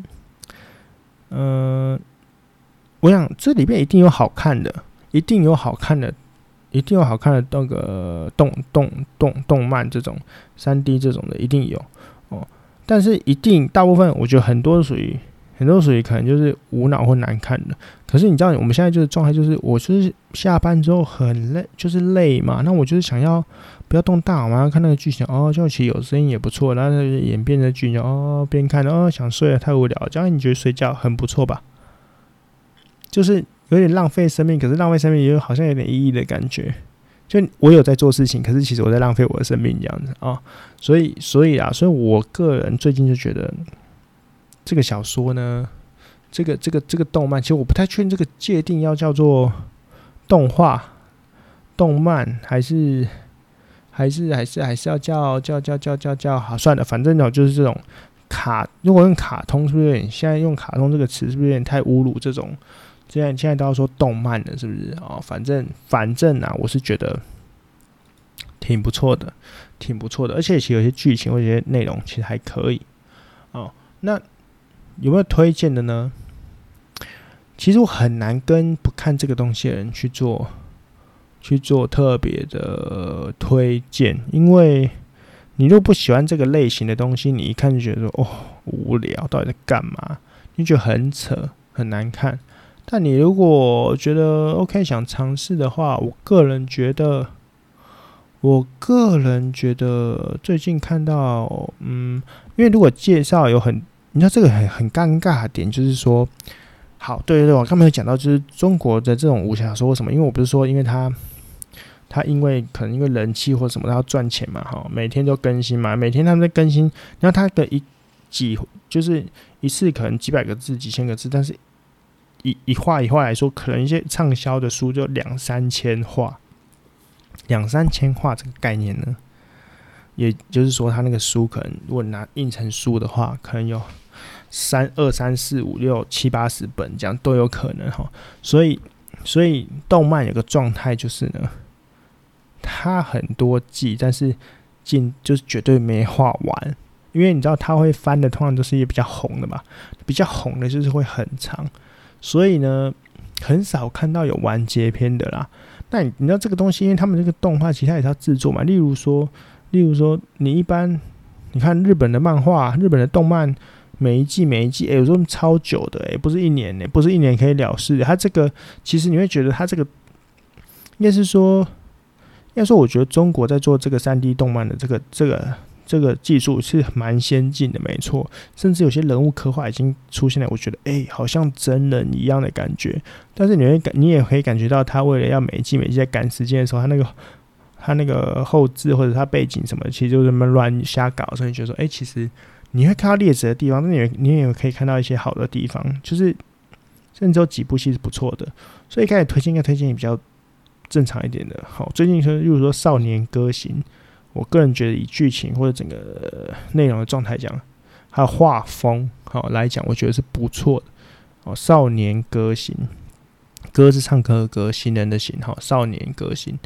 我想这里面一定有好看的，一定有好看的那个动漫这种 3D 这种的一定有但是一定大部分我觉得很多属于可能就是无脑或难看的。可是你知道我们现在就是状态，就是我就是下班之后很累，就是累嘛，那我就是想要不要动大脑嘛，看那个剧情就其实有声音也不错，然后演变的剧情边看想睡了太无聊，这样你觉得睡觉很不错吧？就是有点浪费生命，可是浪费生命也好像有点意义的感觉。就我有在做事情，可是其实我在浪费我的生命这样子所以我个人最近就觉得这个小说呢，这个动漫，其实我不太确定这个界定要叫做动画、动漫，还是要叫好算了，反正就是这种如果用卡通是不是有点？现在用卡通这个词是不是有点太侮辱这种？现在都要说动漫了，是不是反正我是觉得挺不错的，而且其实有些剧情或者有些内容其实还可以那有没有推荐的呢？其实我很难跟不看这个东西的人去做特别的推荐，因为你如果不喜欢这个类型的东西，你一看就觉得说无聊，到底在干嘛？你觉得很扯，很难看。 但你如果觉得 OK 想尝试的话，我个人觉得最近看到，因为如果介绍有你知道这个很尴尬的点，就是说，好，对，我刚才有讲到，就是中国的这种武侠小说为什么？因为我不是说，因为他可能因为人气或什么，他要赚钱嘛，每天都更新嘛，每天他们在更新，然后他的就是一次可能几百个字、几千个字，但是一话来说，可能一些畅销的书就2-3千话，2-3千话这个概念呢，也就是说，他那个书可能如果拿印成书的话，可能有2、3、4、5、6、7、80本这样都有可能哈。所以动漫有个状态就是呢，它很多季，但是就是绝对没画完，因为你知道它会翻的通常都是一些比较红的嘛，比较红的就是会很长，所以呢很少看到有完结篇的啦。那你知道这个东西，因为他们这个动画其实它也是要制作嘛，例如说你一般你看日本的漫画、日本的动漫，每一季有时候超久的不是一年不是一年可以了事的。它这个其实你会觉得它这个应该说，我觉得中国在做这个3D 动漫的这个技术是蛮先进的，没错。甚至有些人物刻画已经出现了，我觉得好像真人一样的感觉。但是你也可以感觉到，他为了要每一季在赶时间的时候，他那个后置或者他背景什么，其实就是乱瞎搞，所以觉得说，其实你会看到劣质的地方，但你也可以看到一些好的地方，就是甚至有几部戏是不错的。所以一开始推荐也比较正常一点的。好，最近例如说《少年歌行》，我个人觉得以剧情或者整个内容的状态讲，还有画风来讲，我觉得是不错的。少年歌行，歌是唱歌的歌，行人的行，少年歌行。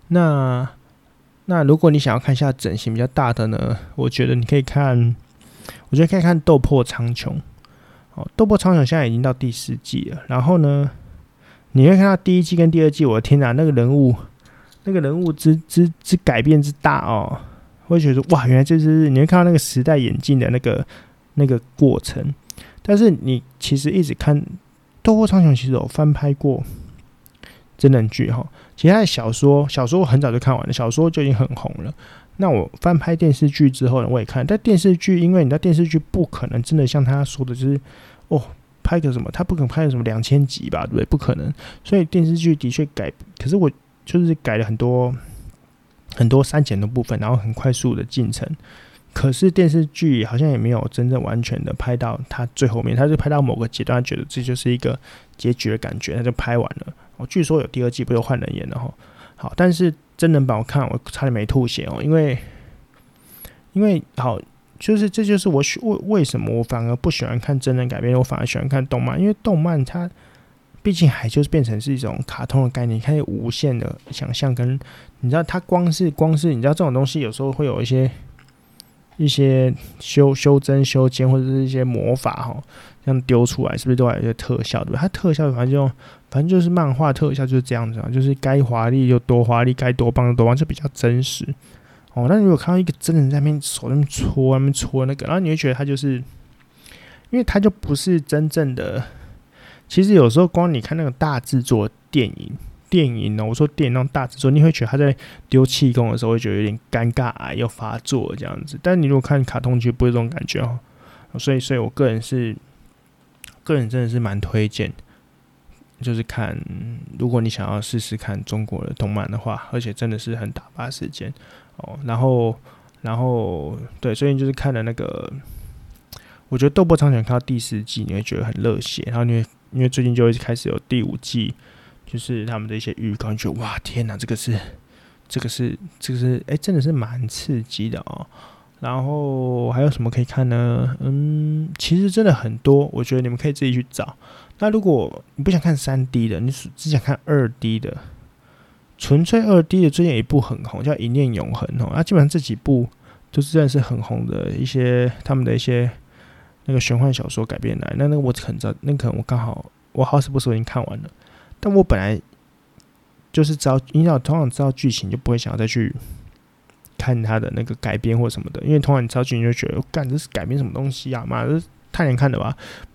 那如果你想要看一下整形比较大的呢，我觉得可以看《斗破苍穹》。斗破苍穹现在已经到第4季了，然后呢，你会看到第1季跟第2季，我的天哪，那个人物之改变之大哦，会觉得哇，原来就是你会看到那个时代演进的那个过程。但是你其实一直看《斗破苍穹》，其实有翻拍过真人剧哈。其实他的小说我很早就看完了，小说就已经很红了。那我翻拍电视剧之后呢，我也看。但电视剧，因为你知道电视剧不可能真的像他说的，就是拍个什么，他不可能拍个什么2000集吧，对不对？不可能。所以电视剧的确改，可是我就是改了很多删减的部分，然后很快速的进程。可是电视剧好像也没有真正完全的拍到他最后面，他就拍到某个阶段，他觉得这就是一个结局的感觉，他就拍完了。据说有第2季，不是有换人演的哈。好，但是真人版我看我差点没吐血因为好，这就是为什么我反而不喜欢看真人改编，我反而喜欢看动漫，因为动漫它毕竟还就是变成是一种卡通的概念，它有无限的想象跟你知道，它光是你知道这种东西有时候会有一些修真修奸或者是一些魔法这样丢出来，是不是都还有一些特效，对吧？它特效反正就是漫画特效就是这样子就是该华丽就多华丽，该多棒就多棒，就比较真实那如果看到一个真人在那边手那边戳那个，然后你会觉得他就是因为他就不是真正的。其实有时候光你看那个大制作电影我说电影那种大制作，你会觉得他在丢气功的时候会觉得有点尴尬又发作这样子。但你如果看卡通剧不会这种感觉所以我个人真的是蛮推荐，就是看如果你想要试试看中国的动漫的话，而且真的是很打发时间然后对，所以就是看了那个，我觉得《斗破苍穹》看到第4季你会觉得很热血，然后因为最近就会开始有第5季，就是他们的一些预告，你觉得哇天哪，这个是真的是蛮刺激的然后还有什么可以看呢？其实真的很多，我觉得你们可以自己去找。那如果你不想看3D 的，你只想看2D 的，纯粹2D 的，最近有一部很红，叫《一念永恒》基本上这几部都是真的是很红的一些他们的一些那个玄幻小说改编来。那个我很知道，那可能我刚好我好死不死我已经看完了，但我本来就是知道，因为通常知道剧情就不会想要再去看他的那个改编或什么的，因为通常你知道剧情就觉得，干这是改编什么东西啊？妈，这太难看了吧？不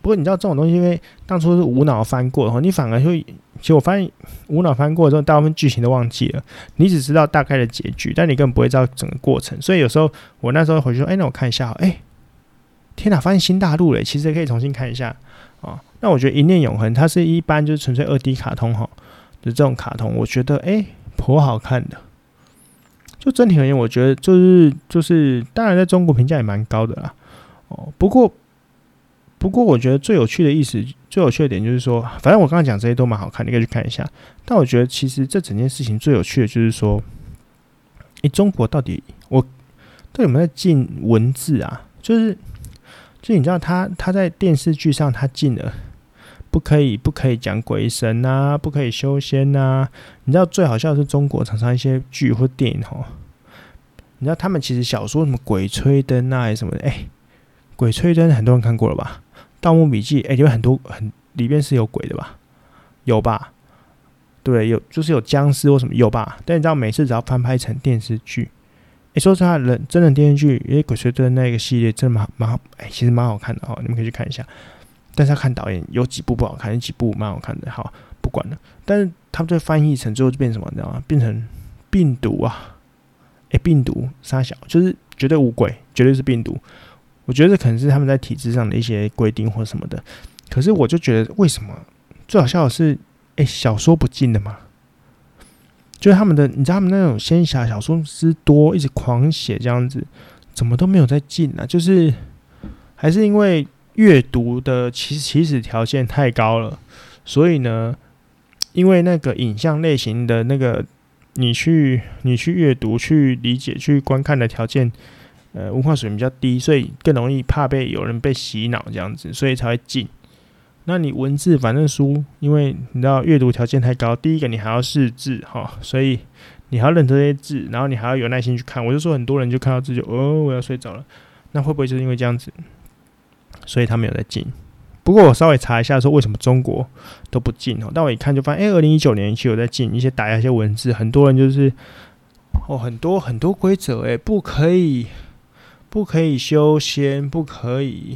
不过你知道这种东西，因为当初是无脑翻过的，你反而会，其实我发现无脑翻过之后，大部分剧情都忘记了，你只知道大概的结局，但你根本不会知道整个过程。所以有时候我那时候回去说，那我看一下，天哪，发现新大陆了，其实也可以重新看一下啊。那我觉得《一念永恒》它是一般就是纯粹2D 卡通的这种卡通，我觉得颇好看的。就整体而言，我觉得就是当然在中国评价也蛮高的啦。不过我觉得最有趣的点就是说，反正我刚刚讲这些都蛮好看，你可以去看一下。但我觉得其实这整件事情最有趣的就是说，中国到底有没有在禁文字啊？就是你知道他在电视剧上他禁了，不可以讲鬼神啊，不可以修仙啊。你知道最好笑的是中国常常一些剧或电影你知道他们其实小说什么鬼吹灯啊还是什么的，鬼吹灯很多人看过了吧？盗墓笔记里面里面是有鬼的吧？有吧？对，有就是有僵尸或什么有吧？但你知道每次只要翻拍成电视剧，说实话，真人电视剧，因为鬼吹灯那个系列真的蛮好，其实蛮好看的你们可以去看一下。但是要看导演，有几部不好看，有几部蛮好看的。好，不管了。但是他们就翻译成最后就变成什么，你知道吗？变成病毒啊！病毒杀小，就是绝对无鬼，绝对是病毒。我觉得这可能是他们在体制上的一些规定或什么的。可是我就觉得，为什么最好笑的是，小说不禁的嘛？就是他们的，你知道他们那种仙侠小说之多，一直狂写这样子，怎么都没有在禁啊？就是还是因为阅读的起始条件太高了，所以呢，因为那个影像类型的那个你去阅读、去理解、去观看的条件，文化水平比较低，所以更容易怕有人被洗脑这样子，所以才会禁。那你文字反正书，因为你知道阅读条件太高，第一个你还要识字所以你还要认得这些字，然后你还要有耐心去看。我就说很多人就看到字就我要睡着了，那会不会就是因为这样子，所以他们有在禁？不过我稍微查一下说为什么中国都不禁但我一看就发现，2019年其实有在禁一些打压一些文字，很多人就是很多规则不可以修仙，不可以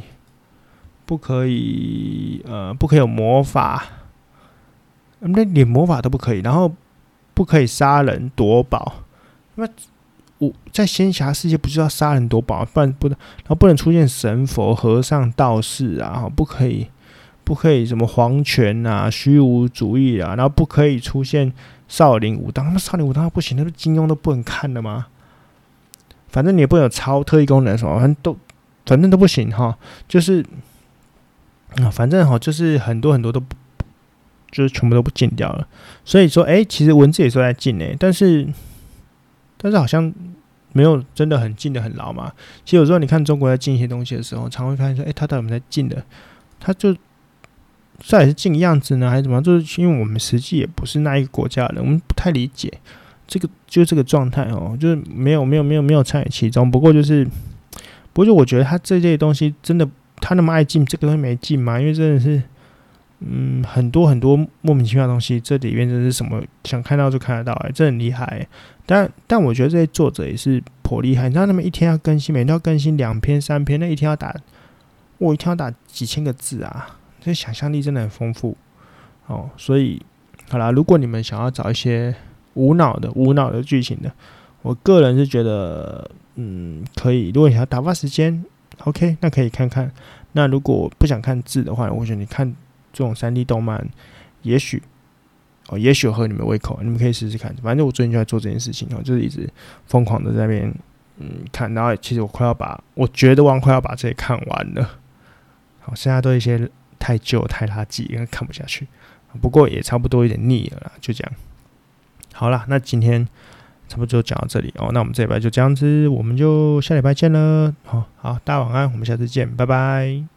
有魔法，那连魔法都不可以，然后不可以杀人夺宝。那在仙侠世界不是要杀人夺宝，然后不能出现神佛、和尚、道士啊，不可以什么皇权啊、虚无主义啊，然后不可以出现少林武当，他们少林武当不行，那个金庸都不能看的吗？反正你也不能有超特异功能什么，反正都不行就是反正就是很多都不，就是全部都不禁掉了。所以说，其实文字也是在禁但是好像没有真的很禁的很牢嘛。其实有时候你看中国在禁一些东西的时候，常会发现说，他到底有没有在禁的？他就到底是禁样子呢，还是怎么样？就是因为我们实际也不是那一个国家的人，我们不太理解这个状态就是没有参与其中。不过就我觉得他这些东西真的。他那么爱禁，这个东西没禁嘛？因为真的是，很多莫名其妙的东西，这里面真是什么想看到就看得到，这很厉害。但我觉得这些作者也是颇厉害。你知道他们一天要更新，每天要更新2篇3篇，那一天要打几千个字啊！这想象力真的很丰富所以好啦，如果你们想要找一些无脑的剧情的，我个人是觉得，可以。如果你想要打发时间。OK， 那可以看看。那如果不想看字的话，我觉得你看这种3D 动漫，也许合你们胃口，你们可以试试看。反正我最近就在做这件事情就是一直疯狂的在那边看，然后其实我快要把这些看完了。好，剩下都一些太旧太垃圾，因为看不下去。不过也差不多有点腻了啦，就这样。好啦，那今天。差不多就讲到这里那我们这礼拜就这样子，我们就下礼拜见了。好，大家晚安，我们下次见，拜拜。